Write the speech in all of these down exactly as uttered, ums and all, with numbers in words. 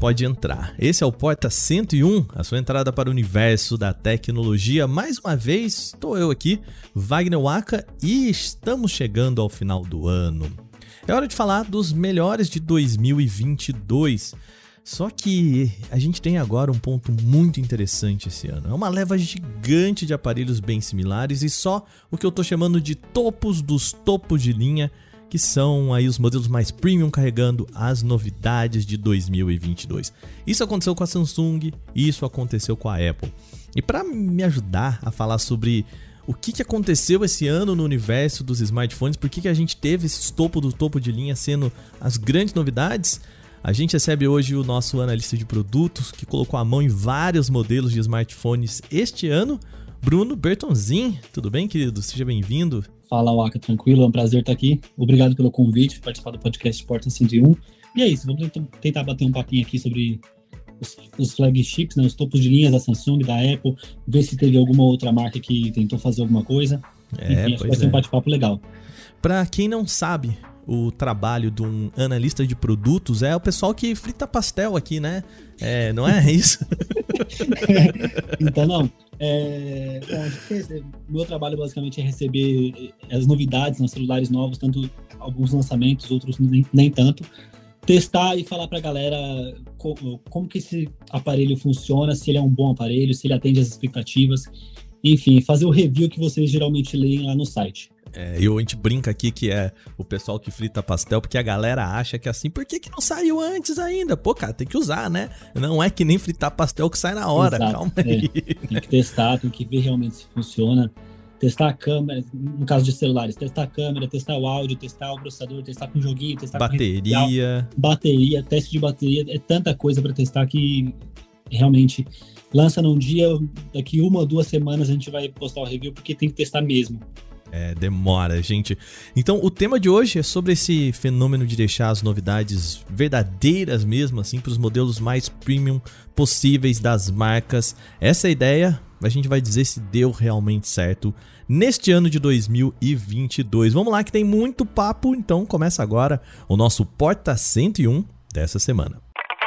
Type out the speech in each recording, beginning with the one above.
pode entrar. Esse é o Porta cento e um, a sua entrada para o universo da tecnologia. Mais uma vez, estou eu aqui, Wagner Waka, e estamos chegando ao final do ano. É hora de falar dos melhores de dois mil e vinte e dois. Só que a gente tem agora um ponto muito interessante esse ano. É uma leva gigante de aparelhos bem similares e só o que eu estou chamando de topos dos topos de linha, que são aí os modelos mais premium carregando as novidades de dois mil e vinte e dois. Isso aconteceu com a Samsung, isso aconteceu com a Apple. E para me ajudar a falar sobre o que, que aconteceu esse ano no universo dos smartphones, por que, que a gente teve esse topo do topo de linha sendo as grandes novidades, a gente recebe hoje o nosso analista de produtos que colocou a mão em vários modelos de smartphones este ano, Bruno Bertonzin. Tudo bem, querido? Seja bem-vindo. Fala, Waka, tranquilo, é um prazer estar aqui. Obrigado pelo convite, participar do podcast Porta cento e um. E é isso, vamos tentar bater um papinho aqui sobre os, os flagships, né, os topos de linhas da Samsung, da Apple, ver se teve alguma outra marca que tentou fazer alguma coisa. É, Enfim, acho que vai ser um bate-papo legal. Para quem não sabe, o trabalho de um analista de produtos é o pessoal que frita pastel aqui, né? É, não é isso? Então, não. É, bom, meu trabalho basicamente é receber as novidades nos celulares novos, tanto alguns lançamentos, outros nem, nem tanto, testar e falar pra galera como, como que esse aparelho funciona, se ele é um bom aparelho, se ele atende às expectativas, enfim, fazer o review que vocês geralmente leem lá no site. É, eu, a gente brinca aqui que é o pessoal que frita pastel, porque a galera acha que é assim, por que que não saiu antes ainda? Pô, cara, tem que usar, né? Não é que nem fritar pastel que sai na hora. Exato. Calma aí. É. Tem que testar, tem que ver realmente se funciona. Testar a câmera, no caso de celulares, testar a câmera, testar o áudio, testar o processador, testar com joguinho, testar bateria. com bateria. Bateria, teste de bateria, é tanta coisa para testar que realmente lança num dia, daqui uma ou duas semanas a gente vai postar o review, porque tem que testar mesmo. É, demora, gente. Então, o tema de hoje é sobre esse fenômeno de deixar as novidades verdadeiras mesmo, assim, para os modelos mais premium possíveis das marcas. Essa é a ideia, a gente vai dizer se deu realmente certo neste ano de dois mil e vinte e dois. Vamos lá que tem muito papo, então começa agora o nosso Porta cento e um dessa semana.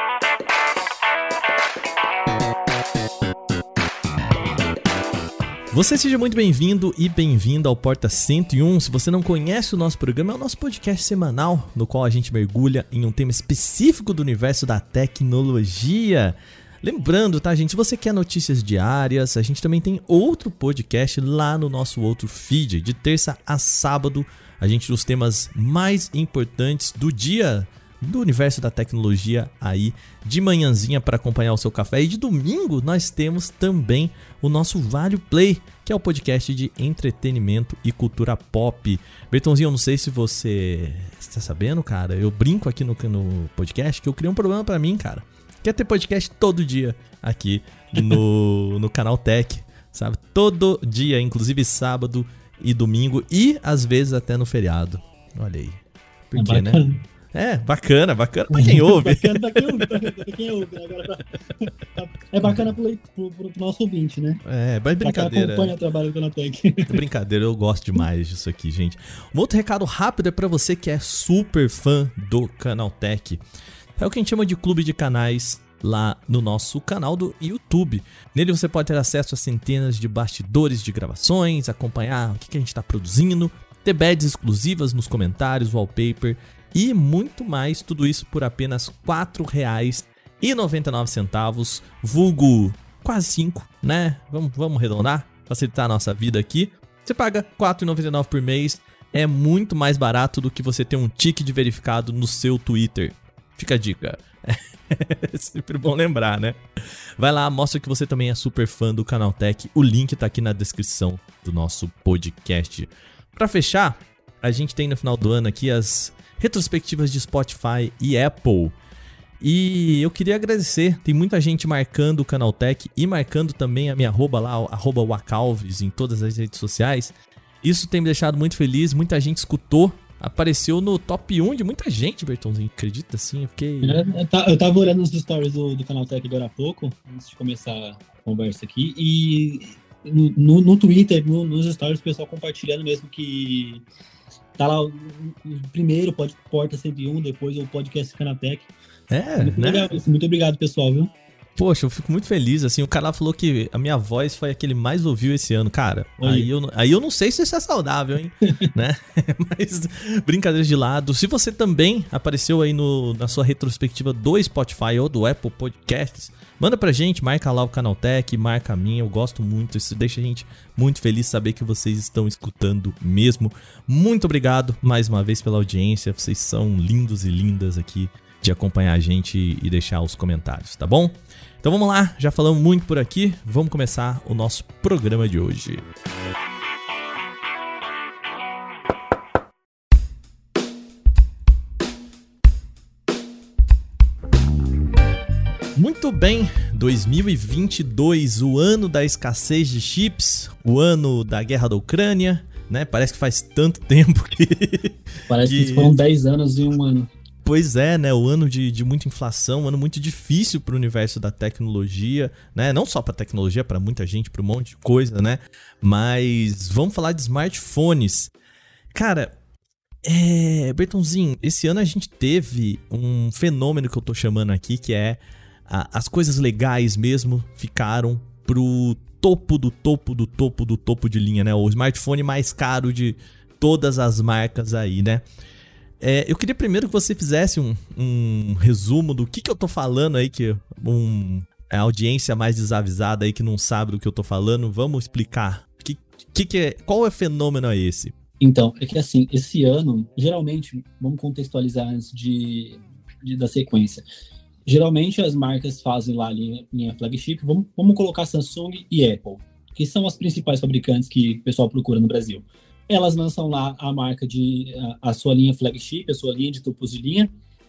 Você seja muito bem-vindo e bem-vinda ao Porta cento e um. Se você não conhece o nosso programa, é o nosso podcast semanal, no qual a gente mergulha em um tema específico do universo da tecnologia. Lembrando, tá, gente, se você quer notícias diárias, a gente também tem outro podcast lá no nosso outro feed. De terça a sábado, a gente tem os temas mais importantes do dia do universo da tecnologia aí de manhãzinha para acompanhar o seu café. E de domingo nós temos também o nosso Vale Play, que é o podcast de entretenimento e cultura pop. Bertonzinho, eu não sei se você está sabendo, cara, eu brinco aqui no, no podcast que eu criei um problema para mim, cara. Quer ter podcast todo dia aqui no, no Canal Tech, sabe? Todo dia, inclusive sábado e domingo e às vezes até no feriado. Olha aí. Por é quê, né? É, bacana, bacana pra quem ouve. Bacana pra quem ouve, pra quem ouve. Agora, é bacana pro, pro, pro nosso ouvinte, né? É, mas brincadeira. Pra quem acompanha o trabalho do Canaltech. Brincadeira, eu gosto demais disso aqui, gente. Um outro recado rápido é pra você que é super fã do Canaltech. É o que a gente chama de clube de canais lá no nosso canal do YouTube. Nele você pode ter acesso a centenas de bastidores de gravações, acompanhar o que a gente está produzindo, ter badges exclusivas nos comentários, wallpaper e muito mais, tudo isso por apenas quatro reais e noventa e nove centavos, vulgo quase cinco, né? Vamos, vamos arredondar, facilitar a nossa vida aqui. Você paga quatro reais e noventa e nove centavos por mês, é muito mais barato do que você ter um ticket verificado no seu Twitter. Fica a dica. É sempre bom lembrar, né? Vai lá, mostra que você também é super fã do Canaltech. O link tá aqui na descrição do nosso podcast. Pra fechar, a gente tem no final do ano aqui as retrospectivas de Spotify e Apple. E eu queria agradecer, tem muita gente marcando o Canaltech e marcando também a minha arroba lá, arroba Wacalves, em todas as redes sociais. Isso tem me deixado muito feliz, muita gente escutou, apareceu no top um de muita gente, Bertonzinho, acredita assim? Eu fiquei... Eu tava olhando nos stories do, do Canaltech agora há pouco, antes de começar a conversa aqui, e no, no Twitter, no, nos stories, o pessoal compartilhando mesmo que tá lá o, o primeiro Porta cento e um, depois o podcast Canaltech. É, muito né? legal isso. Muito obrigado, pessoal, viu? Poxa, eu fico muito feliz, assim, o cara falou que a minha voz foi a que ele mais ouviu esse ano, cara, aí eu, aí eu não sei se isso é saudável, hein, né, mas brincadeiras de lado, se você também apareceu aí no, na sua retrospectiva do Spotify ou do Apple Podcasts, manda pra gente, marca lá o Canaltech, marca a minha, eu gosto muito, isso deixa a gente muito feliz saber que vocês estão escutando mesmo. Muito obrigado mais uma vez pela audiência, vocês são lindos e lindas aqui de acompanhar a gente e deixar os comentários, tá bom? Então vamos lá, já falamos muito por aqui, vamos começar o nosso programa de hoje. Muito bem, dois mil e vinte e dois, o ano da escassez de chips, o ano da guerra da Ucrânia, né? Parece que faz tanto tempo que... Parece que, que foram dez anos em um ano. Pois é, né? O ano de, de muita inflação, um ano muito difícil para o universo da tecnologia, né? Não só para tecnologia, para muita gente, para um monte de coisa, né? Mas vamos falar de smartphones. Cara, é... Bertonzinho, esse ano a gente teve um fenômeno que eu tô chamando aqui, que é a, as coisas legais mesmo ficaram pro topo do topo do topo do topo de linha, né? O smartphone mais caro de todas as marcas aí, né? É, eu queria primeiro que você fizesse um, um resumo do que, que eu tô falando aí, que um, a audiência mais desavisada aí que não sabe do que eu tô falando, vamos explicar. Que, que que é, qual é o fenômeno é esse? Então, é que assim, esse ano, geralmente, vamos contextualizar antes de, de da sequência. Geralmente as marcas fazem lá a linha, linha flagship, vamos, vamos colocar Samsung e Apple, que são as principais fabricantes que o pessoal procura no Brasil. Elas lançam lá a marca de a, a sua linha flagship, a sua linha de topos de linha,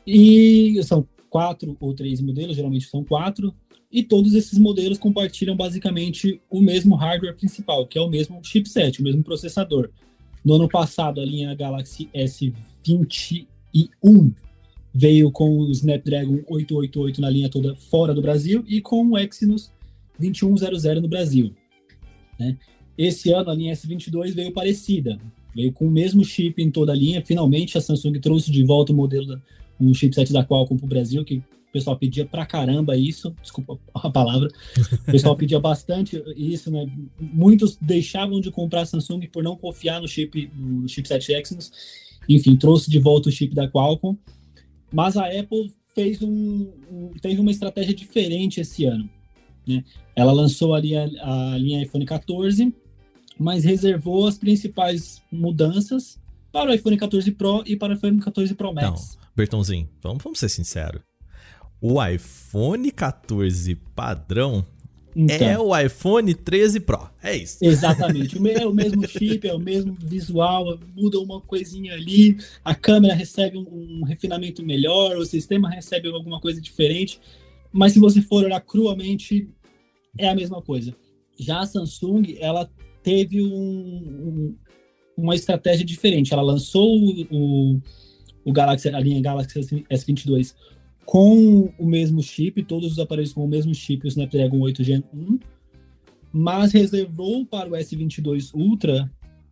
e são quatro ou três modelos, geralmente são quatro, e todos esses modelos compartilham basicamente o mesmo hardware principal, que é o mesmo chipset, o mesmo processador. No ano passado, a linha Galaxy S vinte e um veio com o Snapdragon oitocentos e oitenta e oito na linha toda fora do Brasil e com o Exynos vinte e um zero zero no Brasil, né? Esse ano a linha S vinte e dois veio parecida, veio com o mesmo chip em toda a linha. Finalmente a Samsung trouxe de volta o modelo, um chipset da Qualcomm para o Brasil, que o pessoal pedia pra caramba isso, desculpa a palavra, o pessoal pedia bastante isso, né? Muitos deixavam de comprar a Samsung por não confiar no, chip, no chipset Exynos. Enfim, trouxe de volta o chip da Qualcomm, mas a Apple fez um, um, teve uma estratégia diferente esse ano, né? Ela lançou ali a, a linha iPhone quatorze, mas reservou as principais mudanças para o iPhone quatorze Pro e para o iPhone quatorze Pro Max. Não, Bertonzinho, vamos, vamos ser sinceros. O iPhone quatorze padrão então, é o iPhone treze Pro, é isso. Exatamente, é o mesmo chip, é o mesmo visual, muda uma coisinha ali, a câmera recebe um, um refinamento melhor, o sistema recebe alguma coisa diferente, mas se você for olhar cruamente, é a mesma coisa. Já a Samsung, ela teve um, um, uma estratégia diferente. Ela lançou o, o Galaxy, a linha Galaxy S vinte e dois com o mesmo chip, todos os aparelhos com o mesmo chip, o Snapdragon oito Gen um, mas reservou para o S vinte e dois Ultra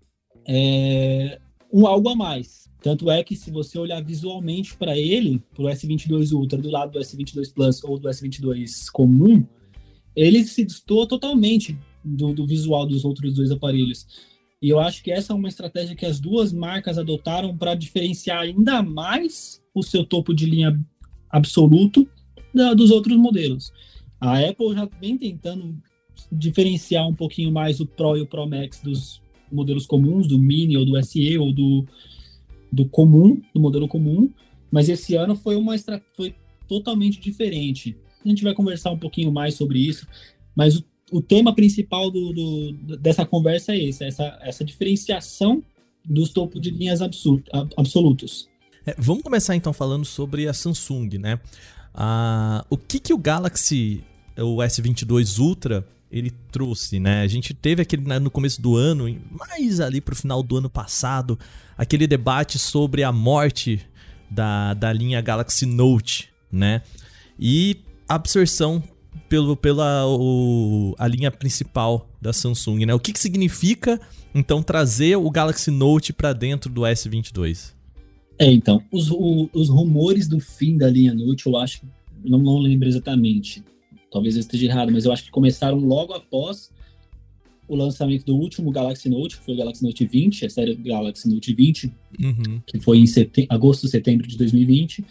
é, um algo a mais. Tanto é que se você olhar visualmente para ele, para o S vinte e dois Ultra, do lado do S vinte e dois Plus ou do S vinte e dois comum, ele se destoa totalmente Do, do visual dos outros dois aparelhos. E eu acho que essa é uma estratégia que as duas marcas adotaram para diferenciar ainda mais o seu topo de linha absoluto da, dos outros modelos. A Apple já vem tentando diferenciar um pouquinho mais o Pro e o Pro Max dos modelos comuns, do Mini ou do S E ou do, do comum, do modelo comum, mas esse ano foi uma estra- foi totalmente diferente. A gente vai conversar um pouquinho mais sobre isso, mas o O tema principal do, do, dessa conversa é esse, essa, essa diferenciação dos topos de linhas absurd, absolutos. É, vamos começar então falando sobre a Samsung, né? Ah, o que, que o Galaxy, o S vinte e dois Ultra, ele trouxe, né? A gente teve aquele no começo do ano, mais ali pro final do ano passado, aquele debate sobre a morte da, da linha Galaxy Note, né? E a absorção Pelo, pela o, a linha principal da Samsung, né? O que, que significa, então, trazer o Galaxy Note para dentro do S vinte e dois? É, então, os, o, os rumores do fim da linha Note, eu acho, não, não lembro exatamente, talvez eu esteja errado, mas eu acho que começaram logo após o lançamento do último Galaxy Note, que foi o Galaxy Note vinte, a série Galaxy Note vinte, Uhum. que foi em setem- agosto, setembro de dois mil e vinte.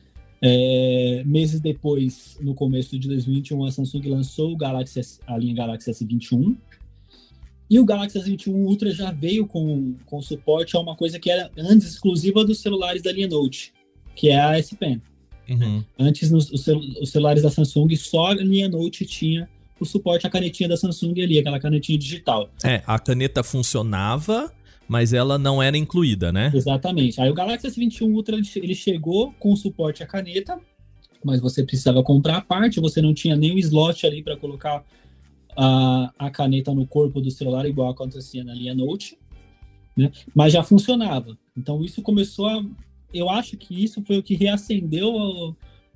É, meses depois, no começo de dois mil e vinte e um, a Samsung lançou o Galaxy S, a linha Galaxy S vinte e um. E o Galaxy S vinte e um Ultra já veio com, com suporte a uma coisa que era antes exclusiva dos celulares da linha Note, que é a S Pen. Uhum. Antes, nos, os, cel- os celulares da Samsung, só a linha Note tinha o suporte à canetinha da Samsung ali, aquela canetinha digital. É, a caneta funcionava, mas ela não era incluída, né? Exatamente. Aí o Galaxy S vinte e um Ultra, ele chegou com suporte à caneta, mas você precisava comprar a parte, você não tinha nem o slot ali para colocar a, a caneta no corpo do celular, igual acontecia na linha Note, né? Mas já funcionava. Então isso começou a... Eu acho que isso foi o que reacendeu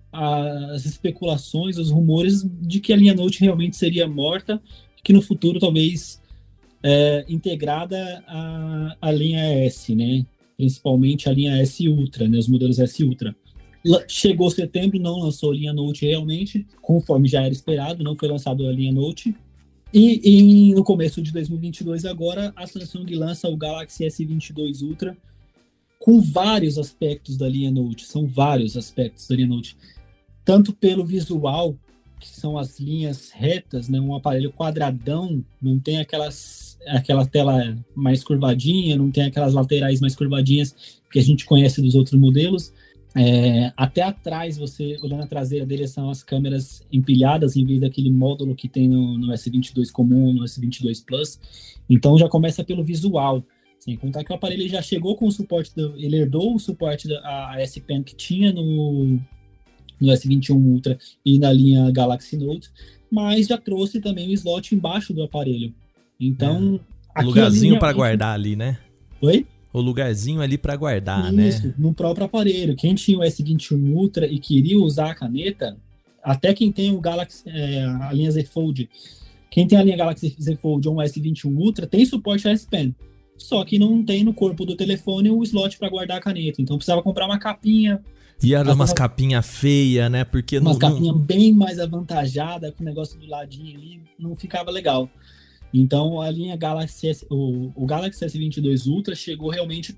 a, as especulações, os rumores de que a linha Note realmente seria morta, que no futuro talvez é, integrada à, à linha S, né? Principalmente a linha S Ultra, né? Os modelos S Ultra. Chegou setembro, não lançou a linha Note realmente, conforme já era esperado, não foi lançado a linha Note. E, e no começo de dois mil e vinte e dois agora, a Samsung lança o Galaxy S vinte e dois Ultra com vários aspectos da linha Note, são vários aspectos da linha Note, tanto pelo visual, que são as linhas retas, né, um aparelho quadradão, não tem aquelas, aquela tela mais curvadinha, não tem aquelas laterais mais curvadinhas que a gente conhece dos outros modelos. É, até atrás, você olhando a traseira dele, são as câmeras empilhadas em vez daquele módulo que tem no, no S vinte e dois comum, no S vinte e dois Plus. Então já começa pelo visual, sem contar que o aparelho já chegou com o suporte, do, ele herdou o suporte da a S Pen que tinha no, no S vinte e um Ultra e na linha Galaxy Note, mas já trouxe também o slot embaixo do aparelho. Então, é. O lugarzinho para guardar ali, né? Oi? O lugarzinho ali para guardar, Isso, né? Isso, no próprio aparelho. Quem tinha o S vinte e um Ultra e queria usar a caneta, até quem tem o Galaxy, é, a linha Z Fold, quem tem a linha Galaxy Z Fold ou um S vinte e um Ultra, tem suporte a S Pen. Só que não tem no corpo do telefone o slot para guardar a caneta. Então precisava comprar uma capinha. E era umas capinhas feias, né? Porque umas não, capinhas não... bem mais avantajadas, com o negócio do ladinho ali, não ficava legal. Então a linha Galaxy S, o, o Galaxy S vinte e dois Ultra chegou realmente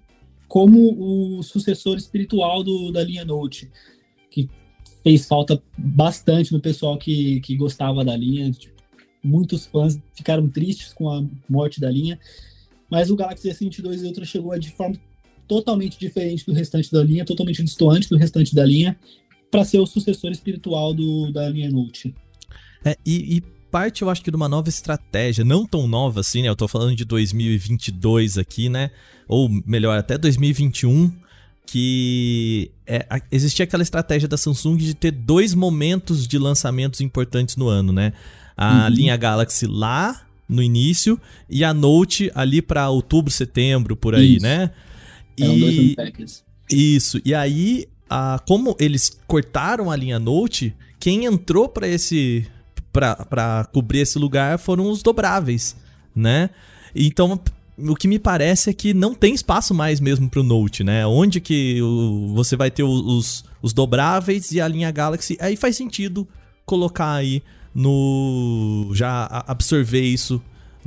como o sucessor espiritual do, da linha Note, que fez falta bastante no pessoal que, que gostava da linha. Muitos fãs ficaram tristes com a morte da linha, mas o Galaxy S vinte e dois Ultra chegou de forma totalmente diferente do restante da linha, totalmente distante do restante da linha, para ser o sucessor espiritual do, da linha Note. É, e, e parte, eu acho que de uma nova estratégia, não tão nova assim, né? Eu tô falando de dois mil e vinte e dois aqui, né? Ou melhor, até dois mil e vinte e um, que é, existia aquela estratégia da Samsung de ter dois momentos de lançamentos importantes no ano, né? A uhum. linha Galaxy lá no início e a Note ali para outubro, setembro, por aí, isso. né? Eram dois unpacks. Isso, e aí, a, como eles cortaram a linha Note, quem entrou para esse... para cobrir esse lugar foram os dobráveis, né? Então, o que me parece é que não tem espaço mais mesmo pro Note, né? Onde que o, você vai ter os, os dobráveis e a linha Galaxy, aí faz sentido colocar aí no... já absorver isso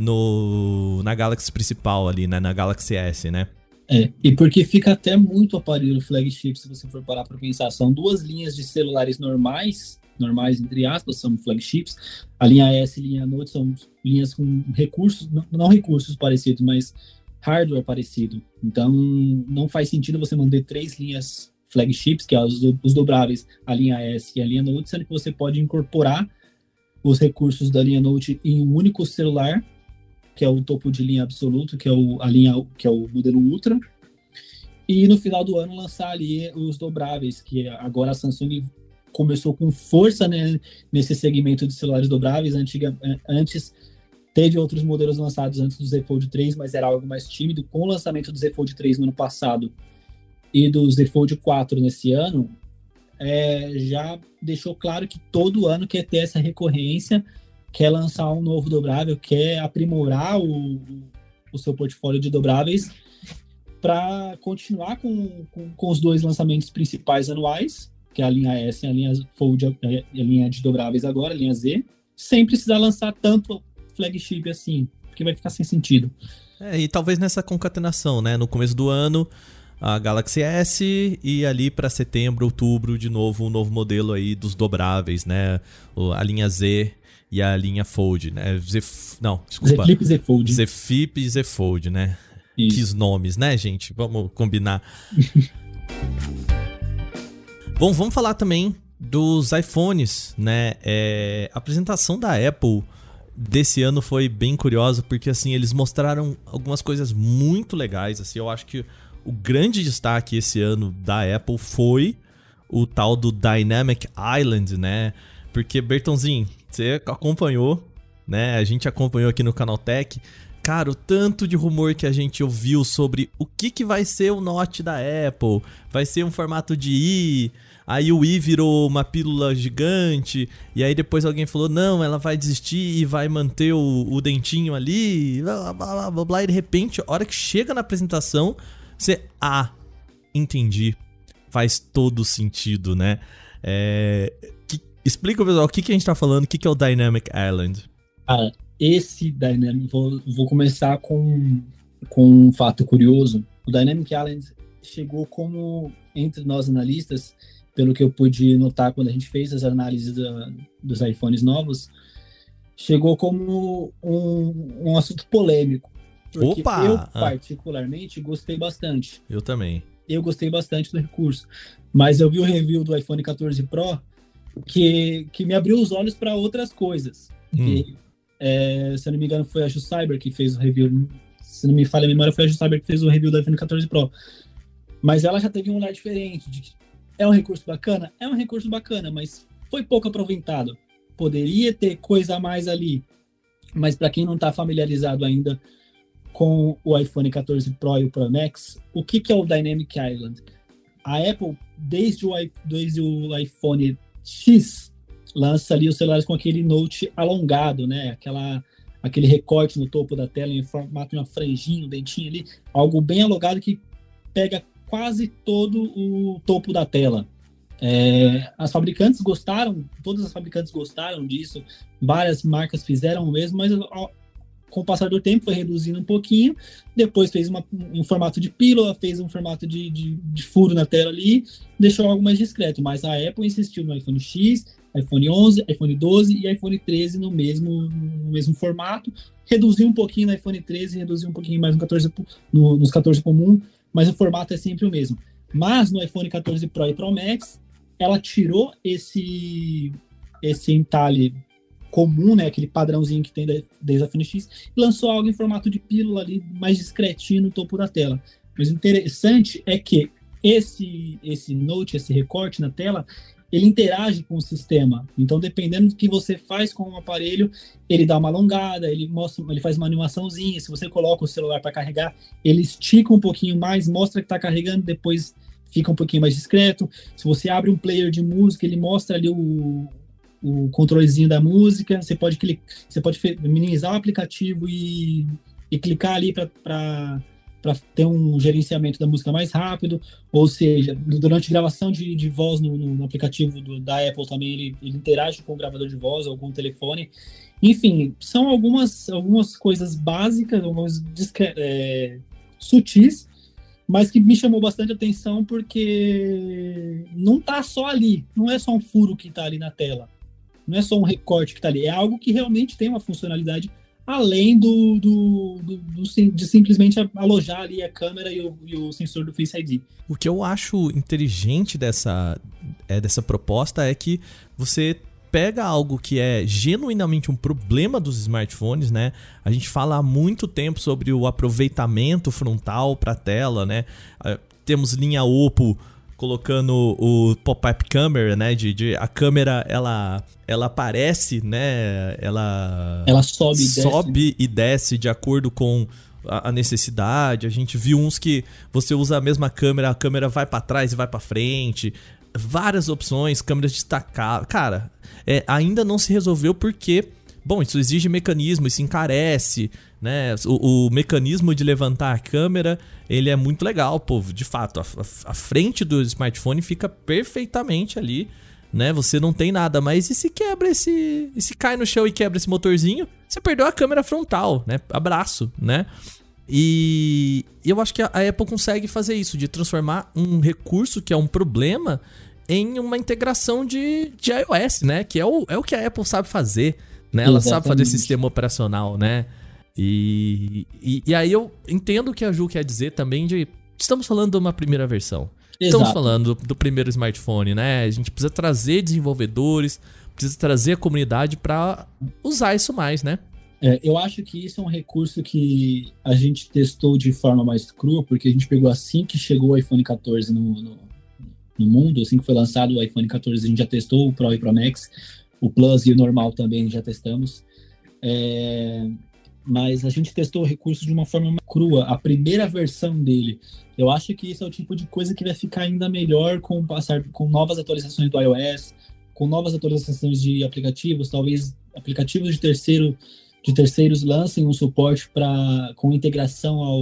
no, na Galaxy principal ali, né? Na Galaxy S, né? É, e porque fica até muito aparelho flagship, se você for parar para pensar. São duas linhas de celulares normais, normais entre aspas, são flagships. A linha S e a linha Note são linhas com recursos, não, não recursos parecidos, mas hardware parecido. Então, não faz sentido você manter três linhas flagships, que é os, os dobráveis, a linha S e a linha Note, sendo que você pode incorporar os recursos da linha Note em um único celular, que é o topo de linha absoluto, que é o, a linha, que é o modelo Ultra, e no final do ano lançar ali os dobráveis, que agora a Samsung começou com força, né, nesse segmento de celulares dobráveis. Antiga, antes teve outros modelos lançados antes do Z Fold três, mas era algo mais tímido. Com o lançamento do Z Fold três no ano passado e do Z Fold quatro nesse ano, é, já deixou claro que todo ano quer ter essa recorrência, quer lançar um novo dobrável, quer aprimorar o, o seu portfólio de dobráveis para continuar com, com, com os dois lançamentos principais anuais, que é a linha S e a linha Fold, a linha desdobráveis agora, a linha Z, sem precisar lançar tanto flagship assim, porque vai ficar sem sentido. É, e talvez nessa concatenação, né? No começo do ano, a Galaxy S, e ali para setembro, outubro, de novo, um novo modelo aí dos dobráveis, né? A linha Z e a linha Fold, né? Z, não, desculpa. Z Flip e Z Fold. Z Flip e Z Fold, né? Isso. Que nomes, né, gente? Vamos combinar. Bom, vamos falar também dos iPhones, né? É, a apresentação da Apple desse ano foi bem curiosa, porque assim, eles mostraram algumas coisas muito legais, assim, eu acho que o grande destaque esse ano da Apple foi o tal do Dynamic Island, né? Porque, Bertonzinho, você acompanhou, né? A gente acompanhou aqui no Canaltech. Cara, o tanto de rumor que a gente ouviu sobre o que, que vai ser o Note da Apple. Vai ser um formato de i, aí o i virou uma pílula gigante, e aí depois alguém falou, não, ela vai desistir e vai manter o, o dentinho ali, blá, blá, blá, blá, e de repente, a hora que chega na apresentação, você, ah, entendi, faz todo sentido, né? É, que, explica, pessoal, o que, que a gente tá falando, o que, que é o Dynamic Island? Ah, esse Dynamic, vou, vou começar com, com um fato curioso. O Dynamic Island chegou como, entre nós analistas, pelo que eu pude notar quando a gente fez as análises da, dos iPhones novos, chegou como um, um assunto polêmico. Porque Opa! eu, Ah. particularmente, gostei bastante. Eu também. Eu gostei bastante do recurso. Mas eu vi o review do iPhone quatorze Pro que, que me abriu os olhos para outras coisas. Hum. Que, é, se eu não me engano, foi a Cyber que fez o review. Se não me falha a memória, foi a Cyber que fez o review do iPhone quatorze Pro. Mas ela já teve um olhar diferente. De que é um recurso bacana? É um recurso bacana, mas foi pouco aproveitado. Poderia ter coisa a mais ali. Mas para quem não está familiarizado ainda com o iPhone quatorze Pro e o Pro Max, o que, que é o Dynamic Island? A Apple, desde o, desde o iPhone X, lança ali os celulares com aquele Note alongado, né? Aquela, aquele recorte no topo da tela em formato de uma franjinha, um dentinho ali, algo bem alongado que pega quase todo o topo da tela. É, as fabricantes gostaram, todas as fabricantes gostaram disso, várias marcas fizeram o mesmo, mas ó, com o passar do tempo foi reduzindo um pouquinho, depois fez uma, um formato de pílula, fez um formato de, de, de furo na tela ali, deixou algo mais discreto, mas a Apple insistiu no iPhone X, iPhone onze, iPhone doze e iPhone treze no mesmo, no mesmo formato, reduziu um pouquinho no iPhone treze, reduziu um pouquinho mais no quatorze, no, nos quatorze comum, mas o formato é sempre o mesmo. Mas no iPhone quatorze Pro e Pro Max, ela tirou esse, esse entalhe comum, né, aquele padrãozinho que tem desde a iPhone X, e lançou algo em formato de pílula ali, mais discretinho no topo da tela. Mas o interessante é que esse, esse Note, esse recorte na tela, ele interage com o sistema. Então, dependendo do que você faz com o aparelho, ele dá uma alongada, ele, mostra, ele faz uma animaçãozinha. Se você coloca o celular para carregar, ele estica um pouquinho mais, mostra que está carregando, depois fica um pouquinho mais discreto. Se você abre um player de música, ele mostra ali o, o controlezinho da música. Você pode, clicar, você pode minimizar o aplicativo e, e clicar ali para para ter um gerenciamento da música mais rápido, ou seja, durante gravação de, de voz no, no aplicativo do, da Apple também, ele, ele interage com o gravador de voz ou com o telefone. Enfim, são algumas, algumas coisas básicas, algumas é, sutis, mas que me chamou bastante atenção porque não tá só ali, não é só um furo que tá ali na tela, não é só um recorte que tá ali, é algo que realmente tem uma funcionalidade além do, do, do, do, de simplesmente alojar ali a câmera e o, e o sensor do Face I D. O que eu acho inteligente dessa, é, dessa proposta é que você pega algo que é genuinamente um problema dos smartphones, né? A gente fala há muito tempo sobre o aproveitamento frontal para a tela, né? Temos linha Oppo colocando o pop-up camera, né, de, de a câmera, ela ela aparece, né, ela ela sobe, sobe e, desce. e desce de acordo com a, a necessidade. A gente viu uns que você usa a mesma câmera, a câmera vai para trás e vai para frente, várias opções, câmeras destacadas. Cara, é, ainda não se resolveu porque Bom, isso exige mecanismo, isso encarece, né? O, o mecanismo de levantar a câmera, ele é muito legal, povo. De fato, a, a, a frente do smartphone fica perfeitamente ali, né? Você não tem nada, mas e se quebra esse... E se cai no chão e quebra esse motorzinho? Você perdeu a câmera frontal, né? Abraço, né? E eu acho que a, a Apple consegue fazer isso, de transformar um recurso que é um problema em uma integração de, de iOS, né? Que é o, é o que a Apple sabe fazer. Né? Ela Exatamente. sabe fazer sistema operacional, né? E, e, e aí eu entendo o que a Ju quer dizer também de... Estamos falando de uma primeira versão. Estamos Exato. falando do, do primeiro smartphone, né? A gente precisa trazer desenvolvedores, precisa trazer a comunidade para usar isso mais, né? É, eu acho que isso é um recurso que a gente testou de forma mais crua, porque a gente pegou assim que chegou o iPhone quatorze no, no, no mundo, assim que foi lançado o iPhone quatorze, a gente já testou o Pro e Pro Max, o Plus e o normal também já testamos. É, mas a gente testou o recurso de uma forma mais crua, a primeira versão dele. Eu acho que isso é o tipo de coisa que vai ficar ainda melhor com o passar, com novas atualizações do iOS, com novas atualizações de aplicativos, talvez aplicativos de, terceiro, de terceiros lancem um suporte pra, com integração ao,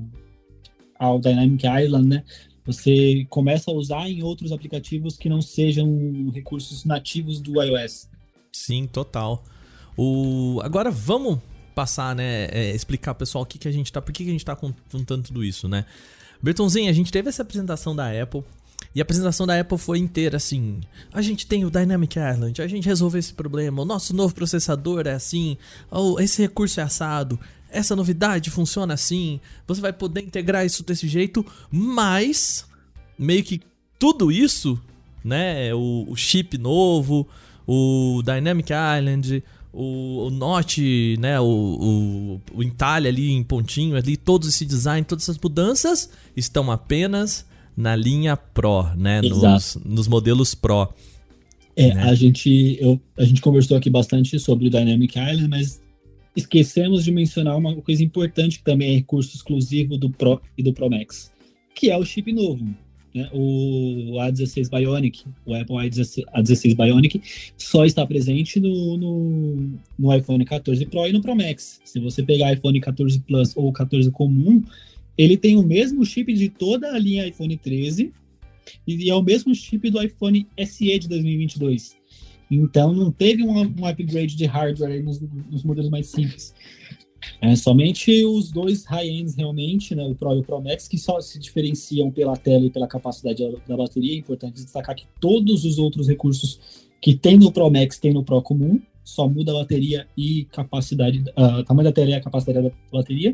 ao Dynamic Island, né? Você começa a usar em outros aplicativos que não sejam recursos nativos do iOS. Sim, total. O... Agora vamos passar, né, é, explicar pro pessoal o que, que a gente tá, por que, que a gente tá contando tudo isso, né? Bertonzinho, a gente teve essa apresentação da Apple, e a apresentação da Apple foi inteira assim, a gente tem o Dynamic Island, a gente resolveu esse problema, o nosso novo processador é assim, oh, esse recurso é assado, essa novidade funciona assim, você vai poder integrar isso desse jeito, mas meio que tudo isso, né, o, o chip novo, o Dynamic Island, o, o Note, né, o, o, o entalhe ali em pontinho, ali, todo esse design, todas essas mudanças estão apenas na linha Pro, né, nos, nos modelos Pro. É, né? a, gente, eu, a gente conversou aqui bastante sobre o Dynamic Island, mas esquecemos de mencionar uma coisa importante que também é recurso exclusivo do Pro e do Pro Max, que é o chip novo, né? O A dezesseis Bionic, o Apple A dezesseis Bionic, só está presente no, no, no iPhone quatorze Pro e no Pro Max. Se você pegar iPhone quatorze Plus ou quatorze comum, ele tem o mesmo chip de toda a linha iPhone treze e é o mesmo chip do iPhone S E de dois mil e vinte e dois. Então não teve um, um upgrade de hardware aí nos, nos modelos mais simples. É, somente os dois high-ends realmente, né, o Pro e o Pro Max, que só se diferenciam pela tela e pela capacidade da bateria. É importante destacar que todos os outros recursos que tem no Pro Max tem no Pro comum, só muda a bateria e capacidade, uh, tamanho da tela e a capacidade da bateria.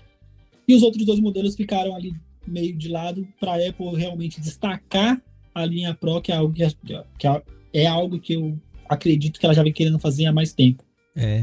E os outros dois modelos ficaram ali meio de lado para a Apple realmente destacar a linha Pro, que é algo que, que é algo que eu acredito que ela já vem querendo fazer há mais tempo. É.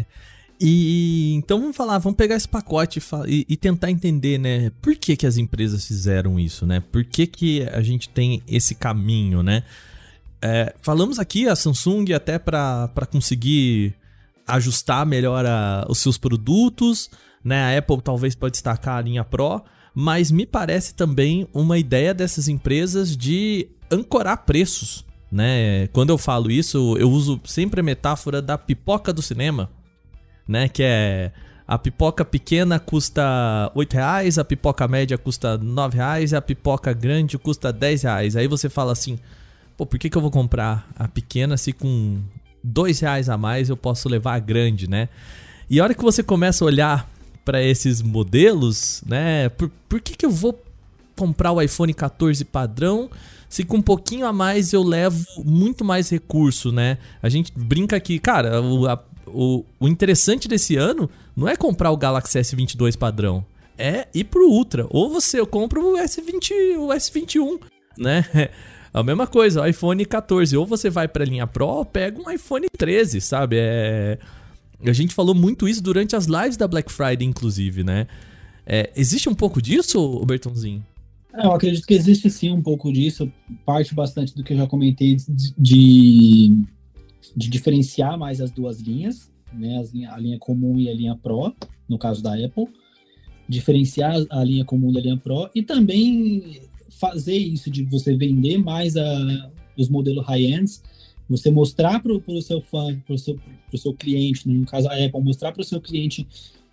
E então vamos falar, vamos pegar esse pacote e, e tentar entender, né, por que que as empresas fizeram isso, né? Por que que a gente tem esse caminho, né? É, falamos aqui a Samsung até para para conseguir ajustar melhor a, os seus produtos, né? A Apple talvez pode destacar a linha Pro, mas me parece também uma ideia dessas empresas de ancorar preços, né? Quando eu falo isso, eu uso sempre a metáfora da pipoca do cinema, né, que é a pipoca pequena custa oito reais, a pipoca média custa nove reais e a pipoca grande custa dez reais. Aí você fala assim, pô, por que que eu vou comprar a pequena se com dois reais a mais eu posso levar a grande, né? E a hora que você começa a olhar para esses modelos, né, por, por que que eu vou comprar o iPhone quatorze padrão se com um pouquinho a mais eu levo muito mais recurso, né? A gente brinca aqui, cara, o, a, o, o interessante desse ano não é comprar o Galaxy S vinte e dois padrão, é ir pro Ultra. Ou você compra o S vinte, o S vinte e um, né? A mesma coisa, o iPhone quatorze. Ou você vai pra linha Pro ou pega um iPhone treze, sabe? É... A gente falou muito isso durante as lives da Black Friday, inclusive, né? É, existe um pouco disso, Bertonzinho? Eu acredito que existe sim um pouco disso, parte bastante do que eu já comentei de, de, de diferenciar mais as duas linhas, né, as linha, a linha comum e a linha Pro, no caso da Apple, diferenciar a linha comum da linha Pro e também fazer isso de você vender mais a, os modelos high-ends Você mostrar para o seu fã, para o seu, pro seu cliente, no caso a Apple, mostrar para o seu cliente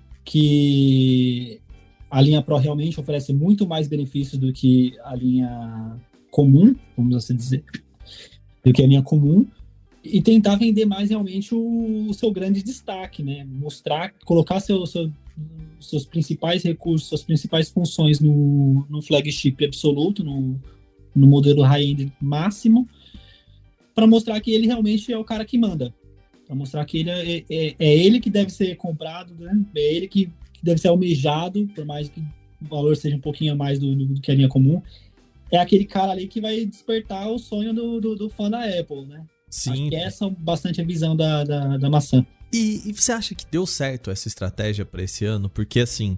que a linha Pro realmente oferece muito mais benefícios do que a linha comum, vamos assim dizer, do que a linha comum, e tentar vender mais realmente o, o seu grande destaque, né? Mostrar, colocar seu, seu, seus principais recursos, suas principais funções no, no flagship absoluto, no, no modelo high-end máximo, para mostrar que ele realmente é o cara que manda. Para mostrar que ele é, é, é ele que deve ser comprado, né? É ele que, que deve ser almejado, por mais que o valor seja um pouquinho a mais do, do, do que a linha comum. É aquele cara ali que vai despertar o sonho do, do, do fã da Apple, né? Sim. Acho que essa é bastante a visão da, da, da maçã. E, e você acha que deu certo essa estratégia para esse ano? Porque, assim,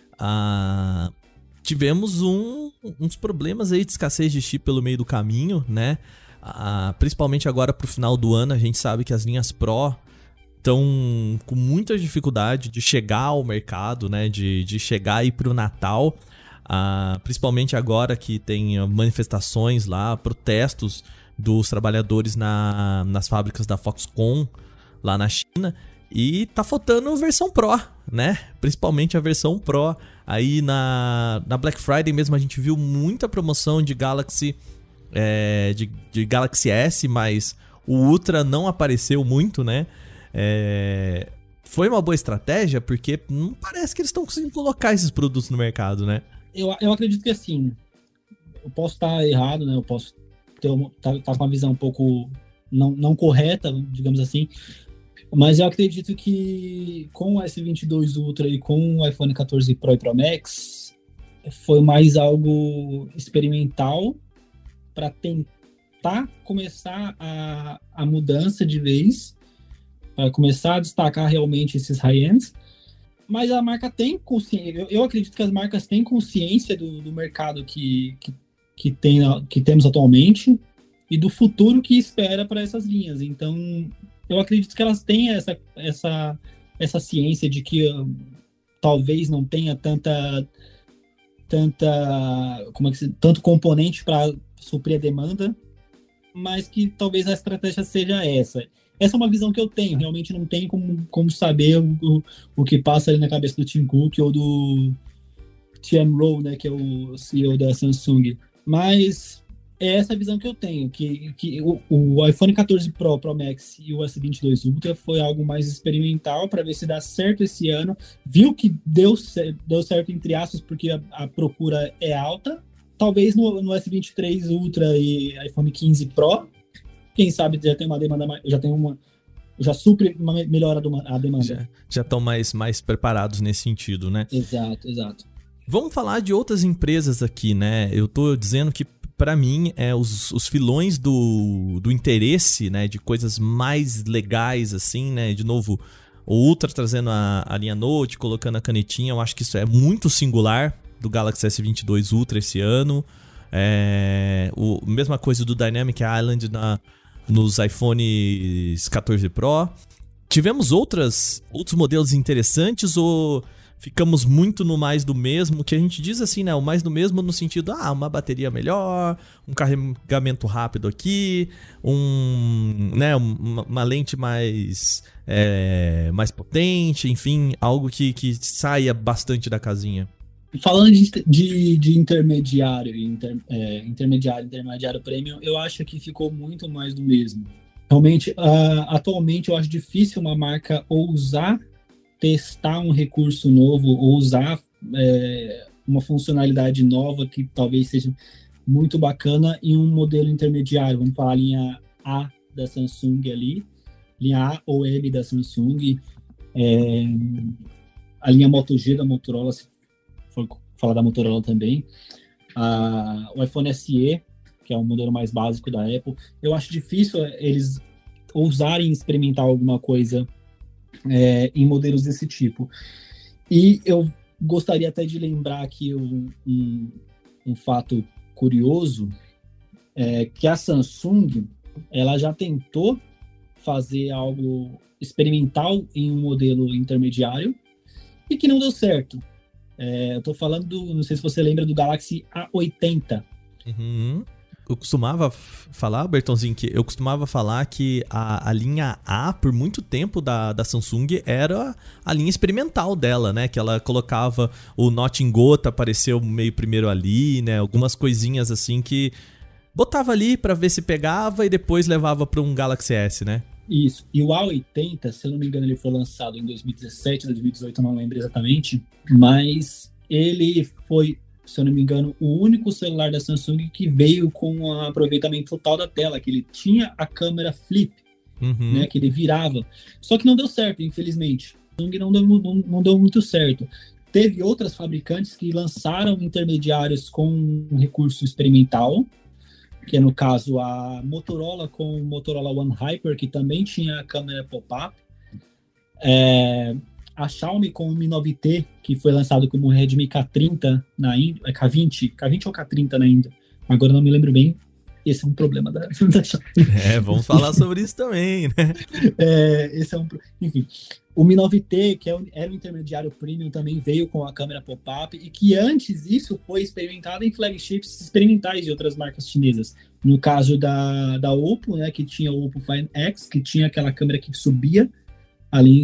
a... tivemos um, uns problemas aí de escassez de chip pelo meio do caminho, né? A... Principalmente agora pro final do ano, a gente sabe que as linhas Pro estão com muita dificuldade de chegar ao mercado, né? De, de chegar aí pro Natal. Ah, principalmente agora que tem manifestações lá, protestos dos trabalhadores na, nas fábricas da Foxconn lá na China, e tá faltando versão Pro, né? Principalmente a versão Pro. Aí na, na Black Friday mesmo a gente viu muita promoção de Galaxy, é, de, de Galaxy S, mas o Ultra não apareceu muito, né? É, foi uma boa estratégia, porque não parece que eles estão conseguindo colocar esses produtos no mercado, né? Eu, eu acredito que assim, eu posso estar errado, né? Eu posso ter uma, tá, tá com uma visão um pouco não, não correta, digamos assim, mas eu acredito que com o S vinte e dois Ultra e com o iPhone quatorze Pro e Pro Max foi mais algo experimental para tentar começar a, a mudança de vez, para começar a destacar realmente esses high-ends. Mas a marca tem consciência, eu, eu acredito que as marcas têm consciência do, do mercado que, que, que, tem, que temos atualmente e do futuro que espera para essas linhas. Então, eu acredito que elas têm essa, essa, essa ciência de que uh, talvez não tenha tanta, tanta como é que se, tanto componente para suprir a demanda, mas que talvez a estratégia seja essa. Essa é uma visão que eu tenho, realmente não tem como, como saber o, o, o que passa ali na cabeça do Tim Cook ou do T M Rowe, né, que é o C E O da Samsung. Mas é essa a visão que eu tenho, que, que o, o iPhone quatorze Pro, Pro Max e o S vinte e dois Ultra foi algo mais experimental para ver se dá certo esse ano. Viu que deu, deu certo entre aspas, porque a, a procura é alta. Talvez no, no S vinte e três Ultra e iPhone quinze Pro, quem sabe já tem uma demanda, já tem uma, já supre, uma, melhora a demanda. Já estão mais, mais preparados nesse sentido, né? Exato, exato. Vamos falar de outras empresas aqui, né? Eu tô dizendo que, para mim, é os, os filões do, do interesse, né? De coisas mais legais, assim, né? De novo, o Ultra trazendo a, a linha Note, colocando a canetinha. Eu acho que isso é muito singular do Galaxy S vinte e dois Ultra esse ano. É, o, mesma coisa do Dynamic Island na... nos iPhones quatorze Pro. Tivemos outras, outros modelos interessantes ou ficamos muito no mais do mesmo? Que a gente diz assim, né? O mais do mesmo no sentido, ah, uma bateria melhor, um carregamento rápido aqui, um, né, uma, uma lente mais, é, mais potente, enfim, algo que, que saia bastante da casinha. Falando de, de, de intermediário, inter, é, intermediário, intermediário premium, eu acho que ficou muito mais do mesmo. Realmente, uh, atualmente eu acho difícil uma marca ousar testar um recurso novo, ou usar é, uma funcionalidade nova que talvez seja muito bacana em um modelo intermediário. Vamos falar a linha A da Samsung ali, linha A ou M da Samsung, é, a linha Moto G da Motorola, se for falar da Motorola também, a, o iPhone S E, que é o modelo mais básico da Apple. Eu acho difícil eles ousarem experimentar alguma coisa é, em modelos desse tipo. E eu gostaria até de lembrar aqui um, um, um fato curioso, é que a Samsung ela já tentou fazer algo experimental em um modelo intermediário e que não deu certo. É, eu tô falando do, não sei se você lembra do Galaxy A oitenta. Uhum. eu costumava falar, Bertonzinho, que eu costumava falar que a, a linha A, por muito tempo da, da Samsung, era a linha experimental dela, né? Que ela colocava o Note em gota, apareceu meio primeiro ali, né? Algumas coisinhas assim que botava ali pra ver se pegava e depois levava pra um Galaxy S, né? Isso. E o A oitenta, se eu não me engano, ele foi lançado em dois mil e dezessete, dois mil e dezoito, eu não lembro exatamente, mas ele foi, se eu não me engano, o único celular da Samsung que veio com um aproveitamento total da tela, que ele tinha a câmera flip, uhum. né, que ele virava. Só que não deu certo, infelizmente. A Samsung não deu, não, não deu muito certo. Teve outras fabricantes que lançaram intermediários com um recurso experimental, que é no caso a Motorola com o Motorola One Hyper, que também tinha a câmera pop-up. É, a Xiaomi com o Mi nove T, que foi lançado como Redmi K trinta na Índia, é K vinte, K vinte ou K trinta na Índia, agora não me lembro bem. Esse é um problema da, da Xiaomi. É, vamos falar sobre isso também, né? É, esse é um, enfim, o Mi nove T, que era o intermediário premium, também veio com a câmera pop-up, e que antes isso foi experimentado em flagships experimentais de outras marcas chinesas. No caso da, da Oppo, né, que tinha o Oppo Find X, que tinha aquela câmera que subia ali,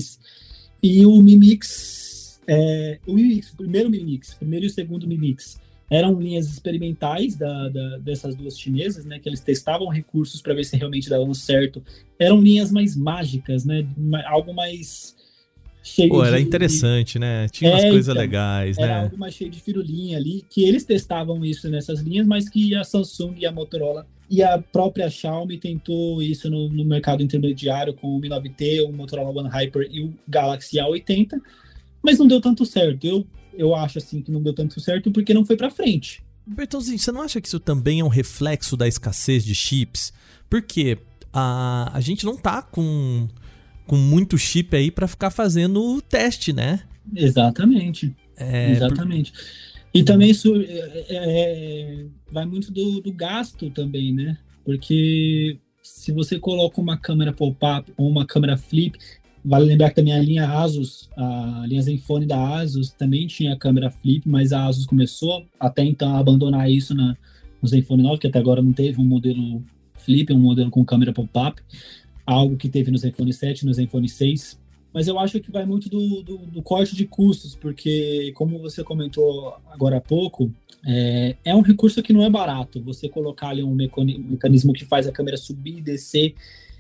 e o Mi Mix, é, o Mi Mix, o primeiro Mi Mix, o primeiro e o segundo Mi Mix, eram linhas experimentais da, da, dessas duas chinesas, né, que eles testavam recursos para ver se realmente davam certo. Eram linhas mais mágicas, né, algo mais cheio Pô, de... era interessante, né? Tinha umas é, coisas então, legais, era né? Era algo mais cheio de firulinha ali, que eles testavam isso nessas linhas, mas que a Samsung e a Motorola e a própria Xiaomi tentou isso no, no mercado intermediário com o Mi nove T, o Motorola One Hyper e o Galaxy A oitenta, mas não deu tanto certo. Eu Eu acho assim que não deu tanto certo porque não foi pra frente. Bertonzinho, você não acha que isso também é um reflexo da escassez de chips? Porque a, a gente não tá com, com muito chip aí pra ficar fazendo o teste, né? Exatamente. É, Exatamente. Por... E também isso é, é, vai muito do, do gasto também, né? Porque se você coloca uma câmera pop-up ou uma câmera flip... Vale lembrar que também a linha Asus, a linha Zenfone da Asus também tinha câmera flip, mas a Asus começou até então a abandonar isso na, no Zenfone nove, que até agora não teve um modelo flip, um modelo com câmera pop-up, algo que teve no Zenfone sete, no Zenfone seis. Mas eu acho que vai muito do, do, do corte de custos, porque, como você comentou agora há pouco, é, é um recurso que não é barato. Você colocar ali um mecanismo que faz a câmera subir e descer,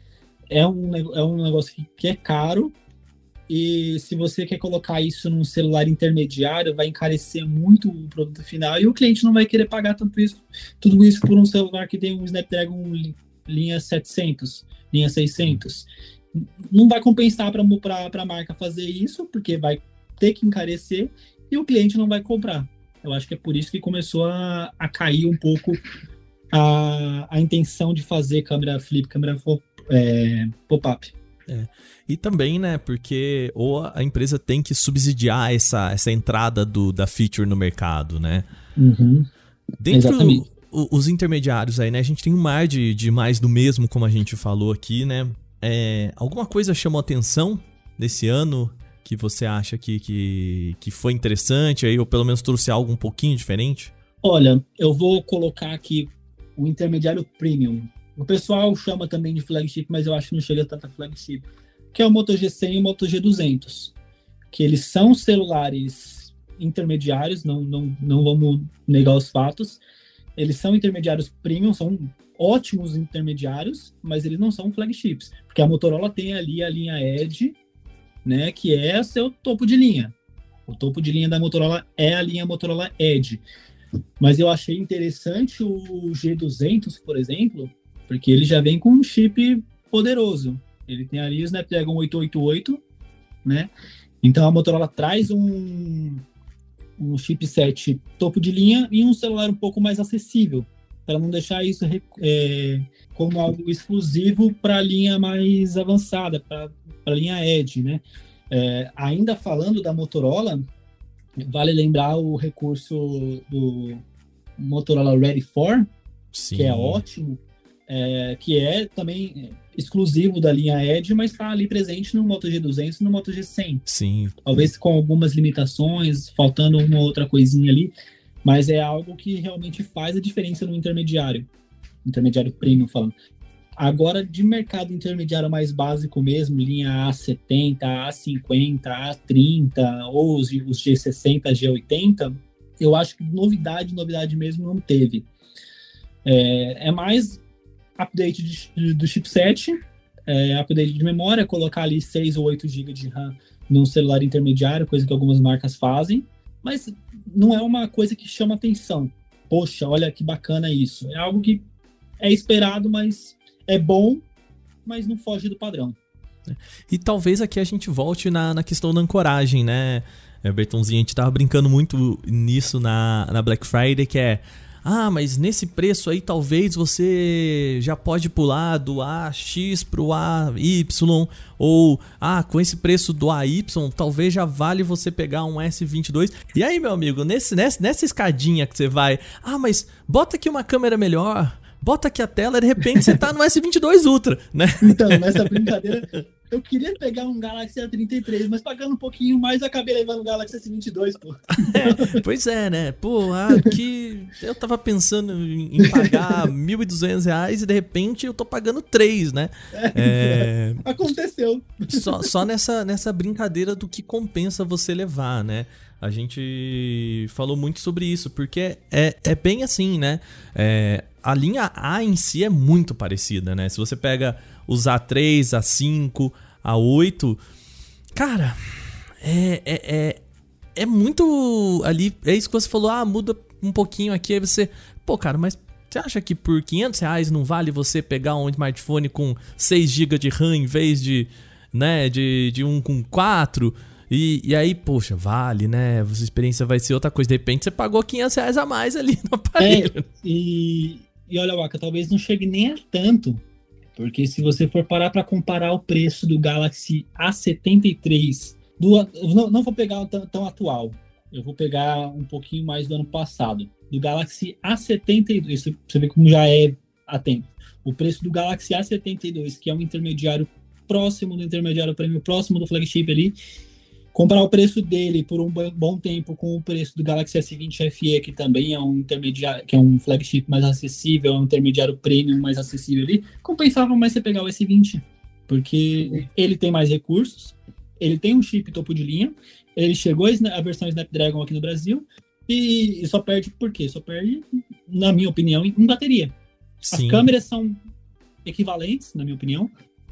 É um, é um negócio que, que é caro, e se você quer colocar isso num celular intermediário, vai encarecer muito o produto final, e o cliente não vai querer pagar tanto isso, tudo isso por um celular que tem um Snapdragon linha setecentos, linha seiscentos. Não vai compensar para a marca fazer isso, porque vai ter que encarecer, e o cliente não vai comprar. Eu acho que é por isso que começou a, a cair um pouco a, a intenção de fazer câmera flip, câmera É, pop-up. É. E também, né, porque ou a empresa tem que subsidiar essa, essa entrada do, da feature no mercado, né? Uhum. Dentro o, os intermediários aí, né, a gente tem um mar de, de mais do mesmo, como a gente falou aqui, né? É, alguma coisa chamou atenção desse ano que você acha que, que, que foi interessante aí, ou pelo menos trouxe algo um pouquinho diferente? Olha, eu vou colocar aqui o intermediário premium. O pessoal chama também de flagship, mas eu acho que não chega tanto a flagship, que é o Moto G cem e o Moto G duzentos, que eles são celulares intermediários, não, não, não vamos negar os fatos, eles são intermediários premium, são ótimos intermediários, mas eles não são flagships, porque a Motorola tem ali a linha Edge, né, que é seu topo de linha. O topo de linha da Motorola é a linha Motorola Edge. Mas eu achei interessante o G duzentos, por exemplo, porque ele já vem com um chip poderoso. Ele tem ali o Snapdragon oitocentos e oitenta e oito, né? Então a Motorola traz um, um chipset topo de linha e um celular um pouco mais acessível, para não deixar isso é, como algo exclusivo para a linha mais avançada, para a linha Edge, né? É, ainda falando da Motorola, vale lembrar o recurso do Motorola Ready for, Sim. que é ótimo, é, que é também exclusivo da linha Edge, mas está ali presente no Moto G duzentos e no Moto G cem. Sim. Talvez com algumas limitações, faltando uma outra coisinha ali, mas é algo que realmente faz a diferença no intermediário. intermediário premium falando. Agora, de mercado intermediário mais básico mesmo, linha A setenta, A cinquenta, A trinta, ou os, os G sessenta, G oitenta, eu acho que novidade, novidade mesmo não teve. É, é mais update de, do chipset, é, update de memória, colocar ali seis ou oito gigas de RAM num celular intermediário, coisa que algumas marcas fazem, mas não é uma coisa que chama atenção. Poxa, olha que bacana isso. É algo que é esperado, mas é bom, mas não foge do padrão. E talvez aqui a gente volte na, na questão da ancoragem, né, Bertonzinho? A gente tava brincando muito nisso na, na Black Friday, que é... Ah, mas nesse preço aí talvez você já pode pular do A X pro A Y, ou ah, com esse preço do A Y talvez já vale você pegar um S vinte e dois. E aí, meu amigo, nesse, nessa, nessa escadinha que você vai, ah, mas bota aqui uma câmera melhor, bota aqui a tela, de repente você tá no S vinte e dois Ultra, né? Então, nessa brincadeira, eu queria pegar um Galaxy A trinta e três, mas pagando um pouquinho mais, eu acabei levando o Galaxy S vinte e dois, pô. É, pois é, né? Pô, aqui eu tava pensando em, em pagar mil e duzentos reais e de repente eu tô pagando três, né? É, É, aconteceu. Só, só nessa, nessa brincadeira do que compensa você levar, né? A gente falou muito sobre isso, porque é, é bem assim, né? É, a linha A em si é muito parecida, né? Se você pega os A três, A cinco, A oito, cara, é, é, é, é muito ali, é isso que você falou, ah, muda um pouquinho aqui, aí você, pô, cara, mas você acha que por quinhentos reais não vale você pegar um smartphone com seis gigas de RAM em vez de, né, de, de um com quatro? E, e aí, poxa, vale, né? A sua experiência vai ser outra coisa. De repente, você pagou quinhentos reais a mais ali no aparelho. É, e, e olha, Waka, talvez não chegue nem a tanto. Porque se você for parar para comparar o preço do Galaxy A setenta e três, do, não, não vou pegar tão, tão atual, eu vou pegar um pouquinho mais do ano passado. Do Galaxy A setenta e dois, você vê como já é atento. O preço do Galaxy A setenta e dois, que é um intermediário próximo do intermediário premium, próximo do flagship ali, comparar o preço dele por um bom tempo com o preço do Galaxy S vinte F E, que também é um intermediário, que é um flagship mais acessível, é um intermediário premium mais acessível ali, compensava mais você pegar o S vinte, porque ele tem mais recursos, ele tem um chip topo de linha, ele chegou a versão Snapdragon aqui no Brasil, e, e só perde por quê? Só perde, na minha opinião, em bateria. Sim. As câmeras são equivalentes, na minha opinião.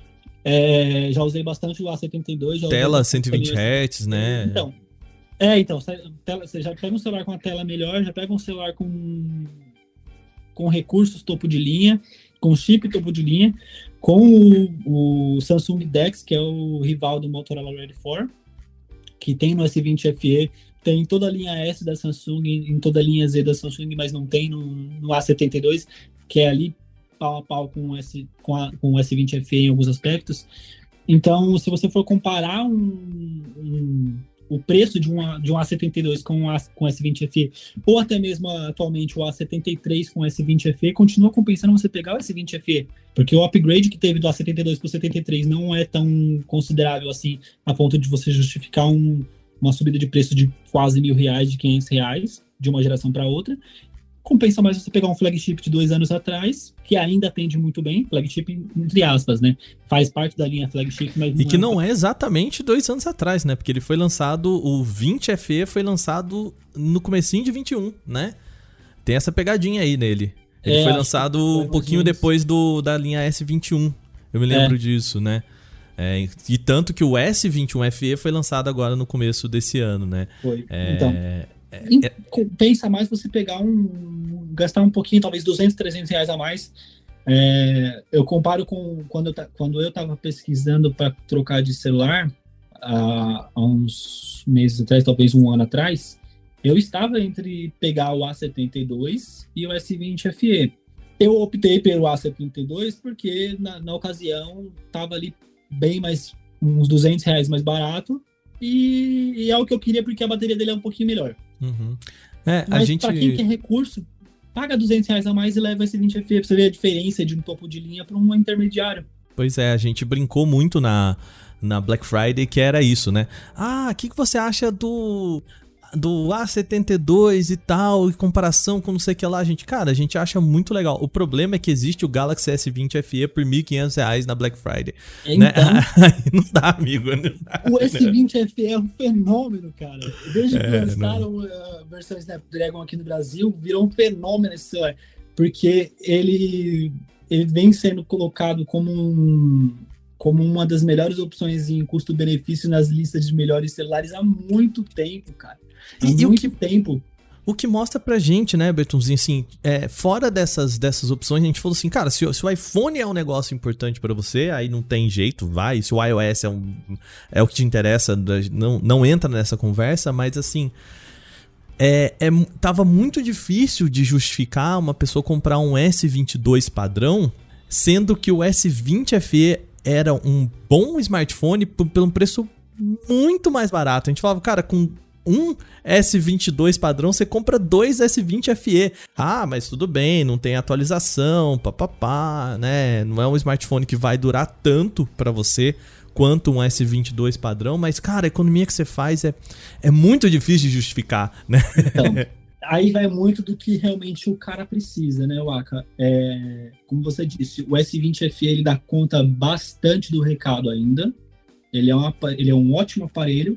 É, já usei bastante o A setenta e dois. Tela cento e vinte hertz, né? Então, é, então, você já pega um celular com a tela melhor, já pega um celular com, com recursos topo de linha, com chip topo de linha, com o, o Samsung Dex, que é o rival do Motorola Razr quatro, que tem no S vinte F E, tem toda a linha S da Samsung, em toda a linha Z da Samsung, mas não tem no, no A setenta e dois, que é ali pau a pau com o, S, com, a, com o S vinte F E em alguns aspectos. Então, se você for comparar um, um, o preço de, uma, de um A setenta e dois com o com S vinte F E, ou até mesmo atualmente o A setenta e três com o S vinte F E, continua compensando você pegar o S vinte F E, porque o upgrade que teve do A setenta e dois para o setenta e três não é tão considerável assim, a ponto de você justificar um, uma subida de preço de quase mil reais, de quinhentos reais, de uma geração para outra. Compensa mais você pegar um flagship de dois anos atrás, que ainda atende muito bem, flagship entre aspas, né? Faz parte da linha flagship, mas não E que é... não é exatamente dois anos atrás, né? Porque ele foi lançado, o vinte F E foi lançado no comecinho de vinte e um, né? Tem essa pegadinha aí nele. Ele É, foi acho lançado que foi um pouquinho mais ou depois do, da linha S vinte e um. Eu me lembro É. disso, né? É, e tanto que o S vinte e um F E foi lançado agora no começo desse ano, né? Foi. É, Então, é, em- compensa mais você pegar um... gastar um pouquinho, talvez duzentos, trezentos reais a mais. É, eu comparo com quando eu, ta- quando eu tava pesquisando para trocar de celular, há, há uns meses atrás, talvez um ano atrás, eu estava entre pegar o A setenta e dois e o S vinte F E. Eu optei pelo A setenta e dois porque na, na ocasião tava ali bem mais, uns duzentos reais mais barato, e, e é o que eu queria porque a bateria dele é um pouquinho melhor. uhum. É, a Mas gente... pra quem quer recurso, paga duzentos reais a mais e leva esse vinte F E pra você ver a diferença de um topo de linha para um intermediário. Pois é, a gente brincou muito na, na Black Friday, que era isso, né? Ah, o que, que você acha do... do A setenta e dois e tal, em comparação com não sei o que lá, gente, cara, a gente acha muito legal. O problema é que existe o Galaxy S vinte F E por mil e quinhentos reais na Black Friday. Então, né? Aí não dá, amigo. Não dá, o S vinte F E é um fenômeno, cara. Desde que É, lançaram a versão Snapdragon aqui no Brasil, virou um fenômeno esse celular. Porque ele, ele vem sendo colocado como um... como uma das melhores opções em custo-benefício nas listas de melhores celulares há muito tempo, cara. Há E- e o muito que- tempo. O que mostra pra gente, né, Bertonzinho, assim, é, fora dessas, dessas opções, a gente falou assim, cara, se, o- se o iPhone é um negócio importante pra você, aí não tem jeito, vai. Se o iOS é, um, é o que te interessa, não, não entra nessa conversa, mas assim, é, é, tava muito difícil de justificar uma pessoa comprar um S vinte e dois padrão, sendo que o S vinte F E era um bom smartphone por, por um preço muito mais barato. A gente falava, cara, com um S vinte e dois padrão, você compra dois S vinte F E. Ah, mas tudo bem, não tem atualização, papapá, né? Não é um smartphone que vai durar tanto pra você quanto um S vinte e dois padrão, mas, cara, a economia que você faz é, é muito difícil de justificar, né? Então, aí vai muito do que realmente o cara precisa, né, Waka? É, como você disse, o S vinte F E ele dá conta bastante do recado ainda. Ele é, uma, ele é um ótimo aparelho,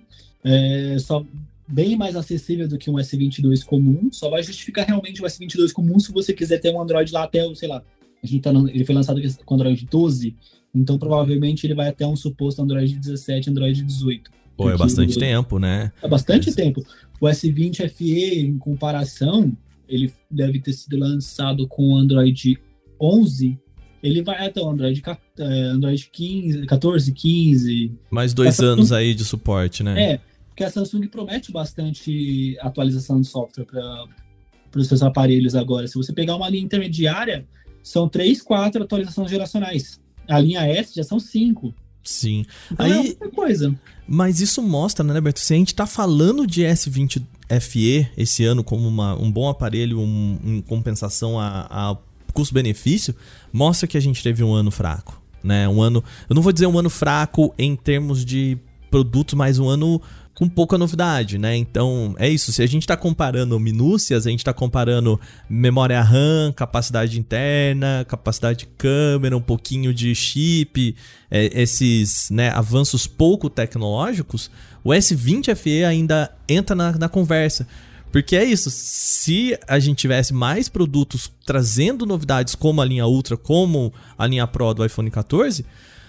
é, só bem mais acessível do que um S vinte e dois comum. Só vai justificar realmente o S vinte e dois comum se você quiser ter um Android lá até, sei lá, a gente tá no, ele foi lançado com Android doze, então provavelmente ele vai até um suposto Android dezessete, Android dezoito. Pô, é bastante tempo, né? É bastante é. tempo. O S vinte F E, em comparação, ele deve ter sido lançado com o Android onze. Ele vai até o Android, Android quinze, catorze, quinze. Mais dois Essa anos aí de suporte, né? É, porque a Samsung promete bastante atualização de software para os seus aparelhos agora. Se você pegar uma linha intermediária, são três, quatro atualizações geracionais. A linha S já são cinco. Sim. Então aí, é outra coisa. Mas isso mostra, né, Beto? Se a gente tá falando de S vinte F E esse ano como uma, um bom aparelho, um, em compensação a, a custo-benefício, mostra que a gente teve um ano fraco, né? Um ano, eu não vou dizer um ano fraco em termos de produtos, mas um ano com pouca novidade, né? Então, é isso. Se a gente tá comparando minúcias, a gente tá comparando memória RAM, capacidade interna, capacidade de câmera, um pouquinho de chip, é, esses, né, avanços pouco tecnológicos, o S vinte F E ainda entra na, na conversa. Porque é isso, se a gente tivesse mais produtos trazendo novidades como a linha Ultra, como a linha Pro do iPhone quatorze,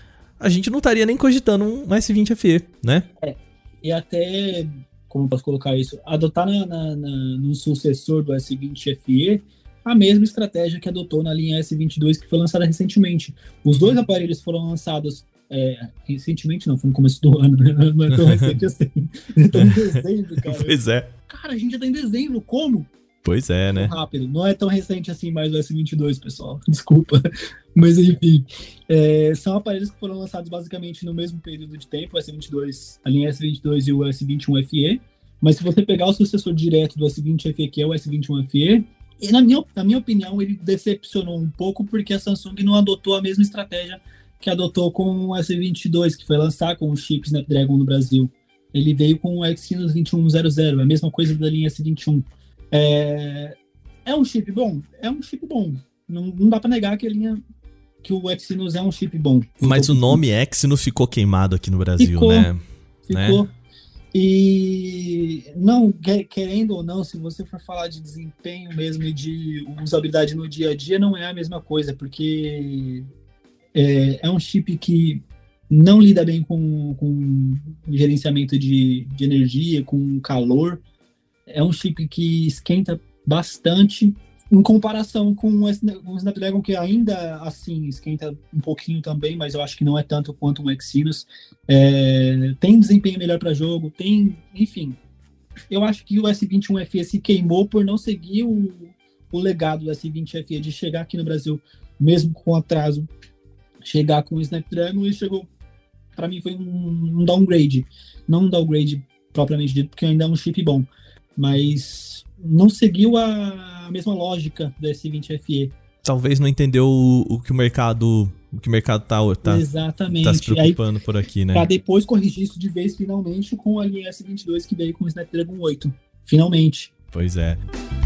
a gente não estaria nem cogitando um S vinte F E, né? É, e até, como eu posso colocar isso, adotar na, na, na, no sucessor do S vinte F E a mesma estratégia que adotou na linha S vinte e dois, que foi lançada recentemente. Os dois aparelhos foram lançados é, recentemente, não, foi no começo do ano, né? Não é tão recente assim. Então, em dezembro, cara. Pois é. Cara, a gente já tá em dezembro, como? Pois é, né? Rápido, não é tão recente assim mais o S vinte e dois, pessoal, desculpa. Mas enfim, é, são aparelhos que foram lançados basicamente no mesmo período de tempo, o S vinte e dois, a linha S vinte e dois e o S vinte e um F E. Mas se você pegar o sucessor direto do S vinte F E, que é o S vinte e um F E, e na minha, na minha opinião, ele decepcionou um pouco porque a Samsung não adotou a mesma estratégia que adotou com o S vinte e dois, que foi lançar com o chip Snapdragon no Brasil. Ele veio com o Exynos vinte e um zero zero, a mesma coisa da linha S vinte e um. É, é um chip bom? É um chip bom. Não, não dá pra negar que a linha, que o Exynos é um chip bom. Mas ficou, o nome Exynos ficou queimado aqui no Brasil, ficou, né? Ficou. Né? E não, querendo ou não, se você for falar de desempenho mesmo e de usabilidade no dia a dia, não é a mesma coisa, porque é, é um chip que não lida bem com, com gerenciamento de, de energia, com calor. É um chip que esquenta bastante em comparação com o Snapdragon, que ainda assim esquenta um pouquinho também, mas eu acho que não é tanto quanto um Exynos. É, tem desempenho melhor para jogo, tem, enfim. Eu acho que o S vinte e um F E se queimou por não seguir o, o legado do S vinte F E de chegar aqui no Brasil, mesmo com atraso, chegar com o Snapdragon, e chegou, para mim foi um, um downgrade. Não um downgrade propriamente dito, porque ainda é um chip bom, mas não seguiu a mesma lógica do S vinte F E. Talvez não entendeu o, o que o mercado, o que o mercado tá, tá, Exatamente. tá se preocupando aí, por aqui, né? Pra depois corrigir isso de vez finalmente com a linha S vinte e dois que veio com o Snapdragon oito. finalmente. Pois é.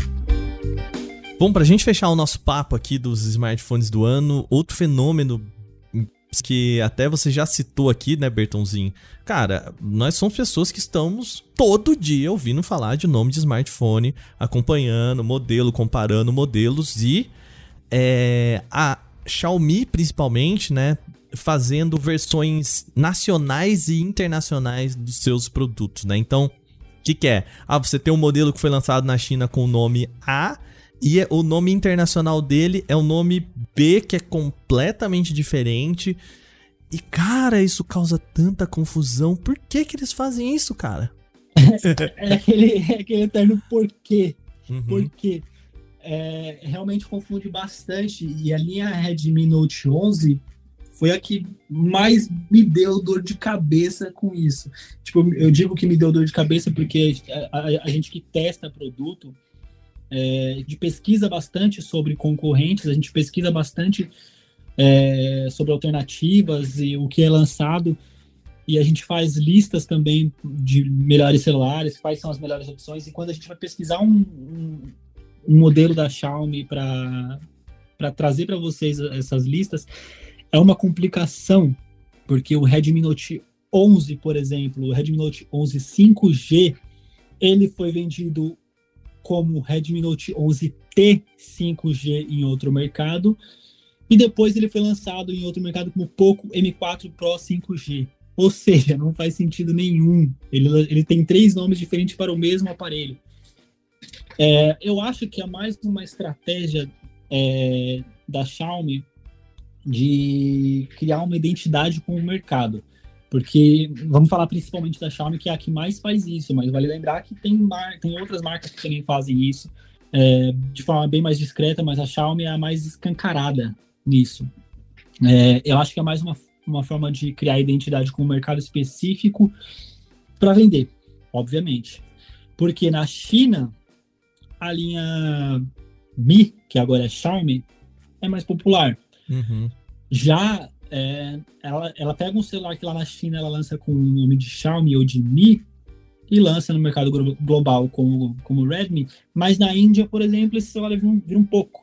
Bom, pra gente fechar o nosso papo aqui dos smartphones do ano, outro fenômeno que até você já citou aqui, né, Bertonzinho? Cara, nós somos pessoas que estamos todo dia ouvindo falar de nome de smartphone, acompanhando modelo, comparando modelos e é, a Xiaomi, principalmente, né, fazendo versões nacionais e internacionais dos seus produtos, né? Então, o que que é? Ah, você tem um modelo que foi lançado na China com o nome A e o nome internacional dele é o nome B, que é completamente diferente. E, cara, isso causa tanta confusão. Por que que eles fazem isso, cara? É aquele, é aquele eterno porquê. Uhum. Porque é, realmente confunde bastante. E a linha Redmi Note onze foi a que mais me deu dor de cabeça com isso. Tipo, eu digo que me deu dor de cabeça porque a, a, a gente que testa produto, é, a gente pesquisa bastante sobre concorrentes, a gente pesquisa bastante é, sobre alternativas e o que é lançado, e a gente faz listas também de melhores celulares, quais são as melhores opções, e quando a gente vai pesquisar um, um, um modelo da Xiaomi para trazer para vocês essas listas, é uma complicação, porque o Redmi Note onze, por exemplo, o Redmi Note onze cinco G, ele foi vendido como Redmi Note onze T cinco G em outro mercado, e depois ele foi lançado em outro mercado como Poco M quatro Pro cinco G. Ou seja, não faz sentido nenhum. Ele, ele tem três nomes diferentes para o mesmo aparelho. É, eu acho que é mais uma estratégia é, da Xiaomi de criar uma identidade com o mercado. Porque, vamos falar principalmente da Xiaomi, que é a que mais faz isso, mas vale lembrar que tem, mar... tem outras marcas que também fazem isso, é, de forma bem mais discreta, mas a Xiaomi é a mais escancarada nisso. É, eu acho que é mais uma, uma forma de criar identidade com um mercado específico para vender, obviamente. Porque na China, a linha Mi, que agora é Xiaomi, é mais popular. Uhum. Já é, ela, ela pega um celular que lá na China ela lança com o nome de Xiaomi ou de Mi e lança no mercado global como, como Redmi, mas na Índia, por exemplo, esse celular vira um, vira um Poco,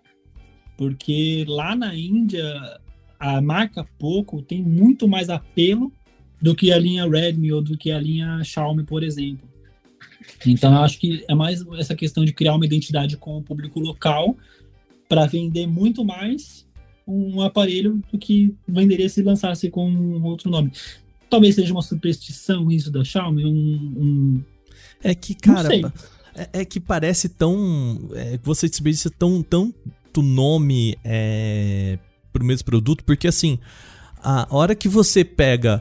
porque lá na Índia a marca Poco tem muito mais apelo do que a linha Redmi ou do que a linha Xiaomi, por exemplo. Então eu acho que é mais essa questão de criar uma identidade com o público local para vender muito mais um aparelho do que venderia se lançasse com um outro nome. Talvez seja uma superstição isso da Xiaomi, um... um... É que, cara, é, é que parece tão... É, você disse tão, tanto nome é, pro mesmo produto, porque assim, a hora que você pega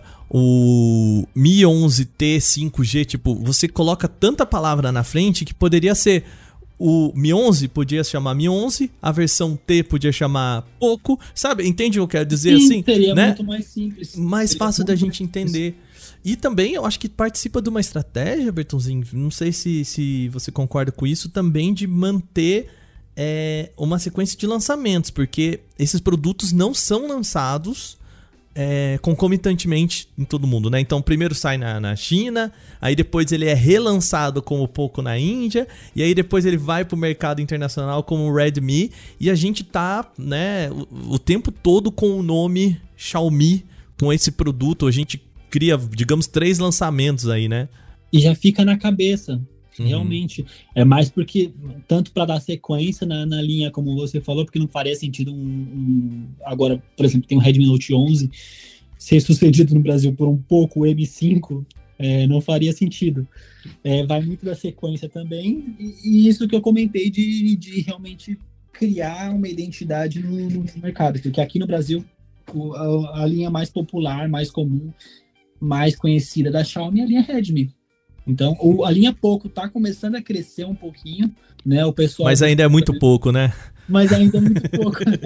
o Mi onze T cinco G, tipo, você coloca tanta palavra na frente que poderia ser... O Mi onze podia se chamar Mi onze, a versão T podia chamar Poco, sabe? Entende o que eu quero dizer? Sim, assim? Seria né? muito mais simples. Mais seria fácil da gente simples. entender. E também eu acho que participa de uma estratégia, Bertonzinho, não sei se, se você concorda com isso, também de manter é, uma sequência de lançamentos, porque esses produtos não são lançados É, concomitantemente em todo mundo, né? Então primeiro sai na, na China, aí depois ele é relançado como Poco na Índia, e aí depois ele vai pro mercado internacional como Redmi, e a gente tá, né, o, o tempo todo com o nome Xiaomi, com esse produto, a gente cria, digamos, três lançamentos aí, né? E já fica na cabeça, uhum. realmente. É mais porque, tanto para dar sequência na, na linha, como você falou, porque não faria sentido um, um... Agora, por exemplo, tem o Redmi Note onze ser sucedido no Brasil por um Poco M cinco, é, não faria sentido. É, vai muito da sequência também, e, e isso que eu comentei de, de realmente criar uma identidade no, no mercado, porque aqui no Brasil, o, a, a linha mais popular, mais comum, mais conhecida da Xiaomi é a linha Redmi. Então, o, a linha Poco tá começando a crescer um pouquinho, né? O pessoal... Mas ainda é muito pouco, né? Mas ainda é muito pouco, né?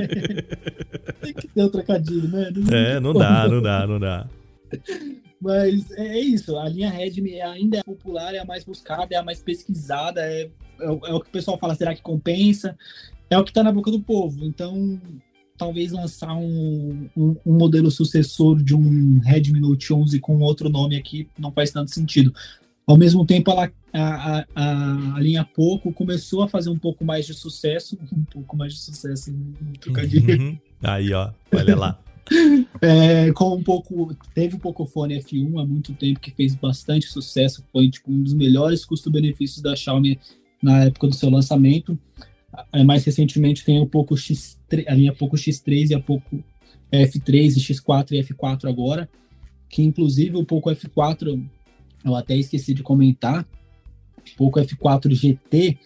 Tem que ter o trocadilho, né? Não é, não dá, não dá, não dá. Mas é isso, a linha Redmi ainda é popular, é a mais buscada, é a mais pesquisada, é, é, é o que o pessoal fala, será que compensa? É o que tá na boca do povo. Então, talvez lançar um, um, um modelo sucessor de um Redmi Note onze com outro nome aqui não faz tanto sentido. Ao mesmo tempo, ela, a, a, a linha Poco começou a fazer um pouco mais de sucesso, um pouco mais de sucesso, um trocadilho. Uhum. Aí, ó, olha lá. É, com um pouco, teve o Pocophone F um há muito tempo, que fez bastante sucesso, foi tipo, um dos melhores custo-benefícios da Xiaomi na época do seu lançamento. É, mais recentemente tem o Poco X três, a linha Poco X três e a Poco F três e X quatro e F quatro agora, que inclusive o Poco F quatro, eu até esqueci de comentar, o Poco F quatro G T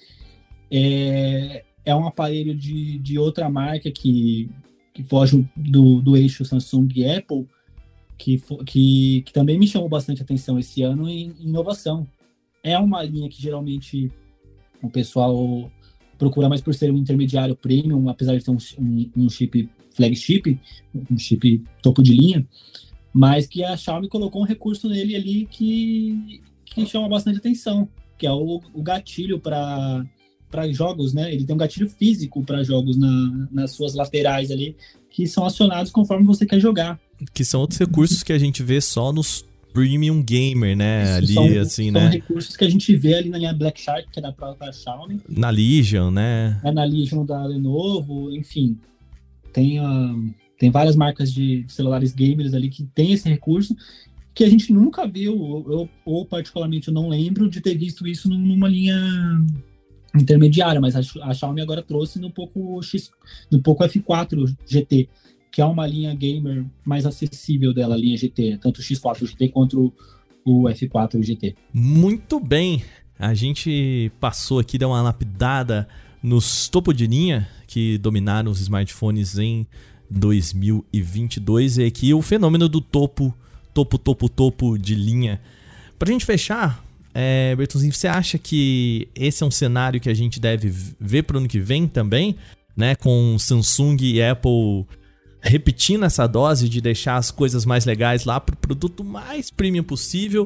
é, é um aparelho de, de outra marca que que foge do, do eixo Samsung e Apple, que, que, que também me chamou bastante atenção esse ano em, em inovação. É uma linha que geralmente o pessoal procura mais por ser um intermediário premium, apesar de ter um, um, um chip flagship, um chip topo de linha, mas que a Xiaomi colocou um recurso nele ali que, que chama bastante atenção, que é o, o gatilho para para jogos, né? Ele tem um gatilho físico para jogos na, nas suas laterais ali, que são acionados conforme você quer jogar. Que são outros recursos que a gente vê só nos premium gamer, né? Isso, ali, são, assim, são né? recursos que a gente vê ali na linha Black Shark, que é da própria Xiaomi. Na Legion, né? É na Legion da Lenovo, enfim. Tem, uh, tem várias marcas de celulares gamers ali que tem esse recurso, que a gente nunca viu, eu, ou particularmente eu não lembro de ter visto isso numa linha intermediária, mas a Xiaomi agora trouxe no Poco X, no Poco F quatro G T, que é uma linha gamer mais acessível dela, a linha G T, tanto o X quatro G T quanto o F quatro G T. Muito bem, a gente passou aqui, deu uma lapidada nos topo de linha que dominaram os smartphones em dois mil e vinte e dois, e aqui o fenômeno do topo, topo, topo, topo de linha. Pra gente fechar, É, Bertonzinho, você acha que esse é um cenário que a gente deve ver para o ano que vem também, né? Com Samsung e Apple repetindo essa dose de deixar as coisas mais legais lá para o produto mais premium possível?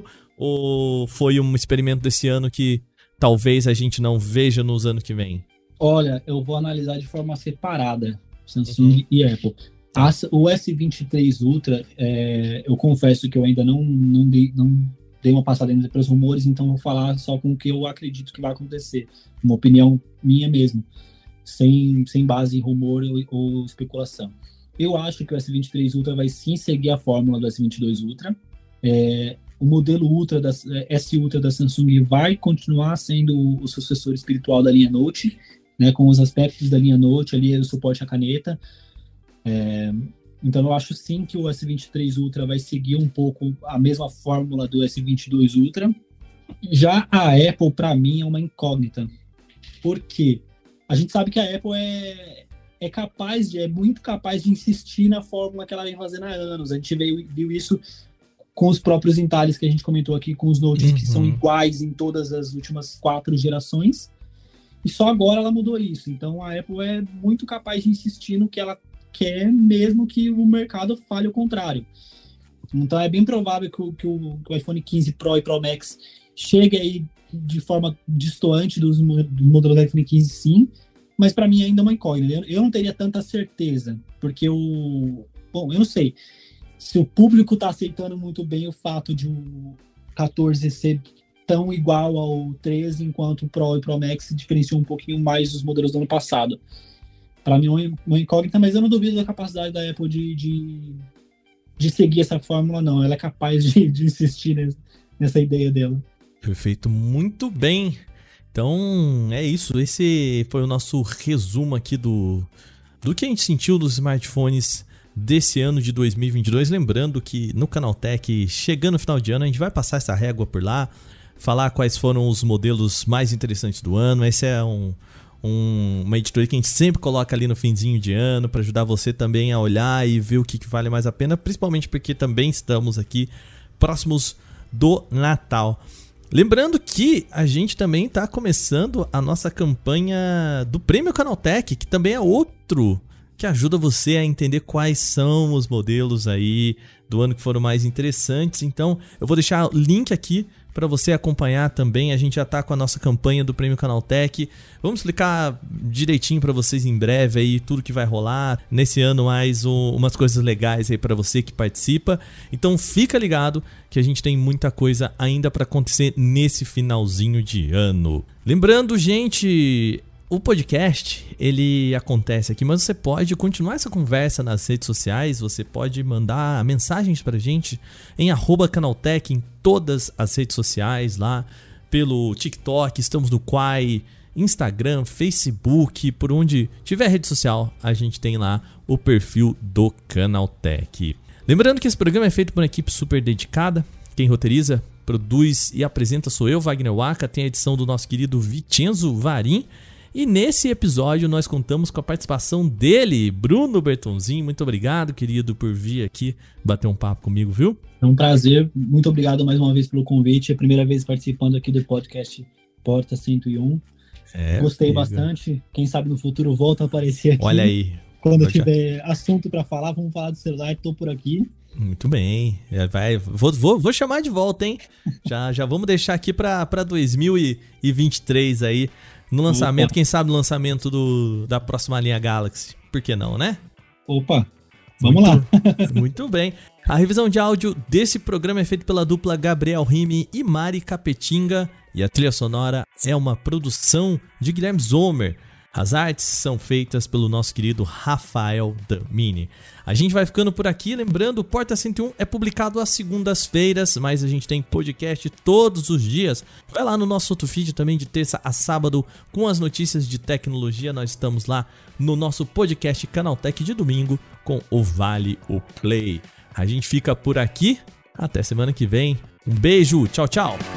Ou foi um experimento desse ano que talvez a gente não veja nos anos que vem? Olha, eu vou analisar de forma separada Samsung uhum. e Apple. A, o S vinte e três Ultra, é, eu confesso que eu ainda não, não, dei, não dei uma passada ainda pelos rumores, então vou falar só com o que eu acredito que vai acontecer. Uma opinião minha mesmo, sem, sem base em rumor ou, ou especulação. Eu acho que o S vinte e três Ultra vai sim seguir a fórmula do S vinte e dois Ultra. É, o modelo Ultra da, S Ultra da Samsung vai continuar sendo o sucessor espiritual da linha Note, né, com os aspectos da linha Note, ali o suporte à caneta. É, então eu acho sim que o S vinte e três Ultra vai seguir um pouco a mesma fórmula do S vinte e dois Ultra. Já a Apple, para mim, é uma incógnita. Por quê? A gente sabe que a Apple é, é capaz de, é muito capaz de insistir na fórmula que ela vem fazendo há anos. A gente veio, viu isso com os próprios entalhes que a gente comentou aqui, com os Notes uhum. que são iguais em todas as últimas quatro gerações. E só agora ela mudou isso. Então a Apple é muito capaz de insistir no que ela quer, mesmo que o mercado fale o contrário. Então é bem provável que o, que o, que o iPhone quinze Pro e Pro Max chegue aí de forma distoante dos, dos modelos do iPhone quinze, sim, mas para mim ainda é uma incógnita. Eu, eu não teria tanta certeza, porque o... Bom, eu não sei se o público está aceitando muito bem o fato de o quatorze ser tão igual ao treze, enquanto o Pro e Pro Max se diferenciam um pouquinho mais dos modelos do ano passado. Para mim é uma incógnita, mas eu não duvido da capacidade da Apple de, de, de seguir essa fórmula, não. Ela é capaz de, de insistir nessa, nessa ideia dela. Perfeito, muito bem. Então é isso, esse foi o nosso resumo aqui do, do que a gente sentiu dos smartphones desse ano de dois mil e vinte e dois. Lembrando que no Canaltech, chegando no final de ano, a gente vai passar essa régua por lá, falar quais foram os modelos mais interessantes do ano. Esse é um, um, uma editoria que a gente sempre coloca ali no finzinho de ano para ajudar você também a olhar e ver o que, que vale mais a pena, principalmente porque também estamos aqui próximos do Natal. Lembrando que a gente também está começando a nossa campanha do Prêmio Canaltech, que também é outro que ajuda você a entender quais são os modelos aí do ano que foram mais interessantes. Então eu vou deixar o link aqui para você acompanhar também. A gente já tá com a nossa campanha do Prêmio Canaltech. Vamos explicar direitinho para vocês em breve aí tudo que vai rolar. Nesse ano mais um, umas coisas legais aí para você que participa. Então fica ligado que a gente tem muita coisa ainda para acontecer nesse finalzinho de ano. Lembrando, gente, o podcast, ele acontece aqui, mas você pode continuar essa conversa nas redes sociais, você pode mandar mensagens pra gente em arroba Canaltech em todas as redes sociais, lá pelo TikTok, estamos no Quai, Instagram, Facebook, por onde tiver rede social, a gente tem lá o perfil do Canaltech. Lembrando que esse programa é feito por uma equipe super dedicada, quem roteiriza, produz e apresenta sou eu, Wagner Waka, tem a edição do nosso querido Vicenzo Varim. E nesse episódio nós contamos com a participação dele, Bruno Bertonzin. Muito obrigado, querido, por vir aqui bater um papo comigo, viu? É um prazer. Muito obrigado mais uma vez pelo convite. É a primeira vez participando aqui do podcast Porta cento e um. É, Gostei amiga. bastante. Quem sabe no futuro volta a aparecer aqui. Olha aí. Quando eu tiver assunto para falar, vamos falar do celular. Estou por aqui. Muito bem. Vai, vou, vou, vou chamar de volta, hein? Já, já vamos deixar aqui para dois mil e vinte e três aí. No lançamento, Opa. quem sabe no lançamento do, da próxima linha Galaxy. Por que não, né? Opa, vamos muito, lá. Muito bem. A revisão de áudio desse programa é feita pela dupla Gabriel Rime e Mari Capetinga. E a trilha sonora é uma produção de Guilherme Zomer. As artes são feitas pelo nosso querido Rafael Damini. A gente vai ficando por aqui. Lembrando, o Porta cento e um é publicado às segundas-feiras, mas a gente tem podcast todos os dias. Vai lá no nosso outro feed também, de terça a sábado, com as notícias de tecnologia. Nós estamos lá no nosso podcast Canaltech de domingo com o Vale o Play. A gente fica por aqui. Até semana que vem. Um beijo. Tchau, tchau.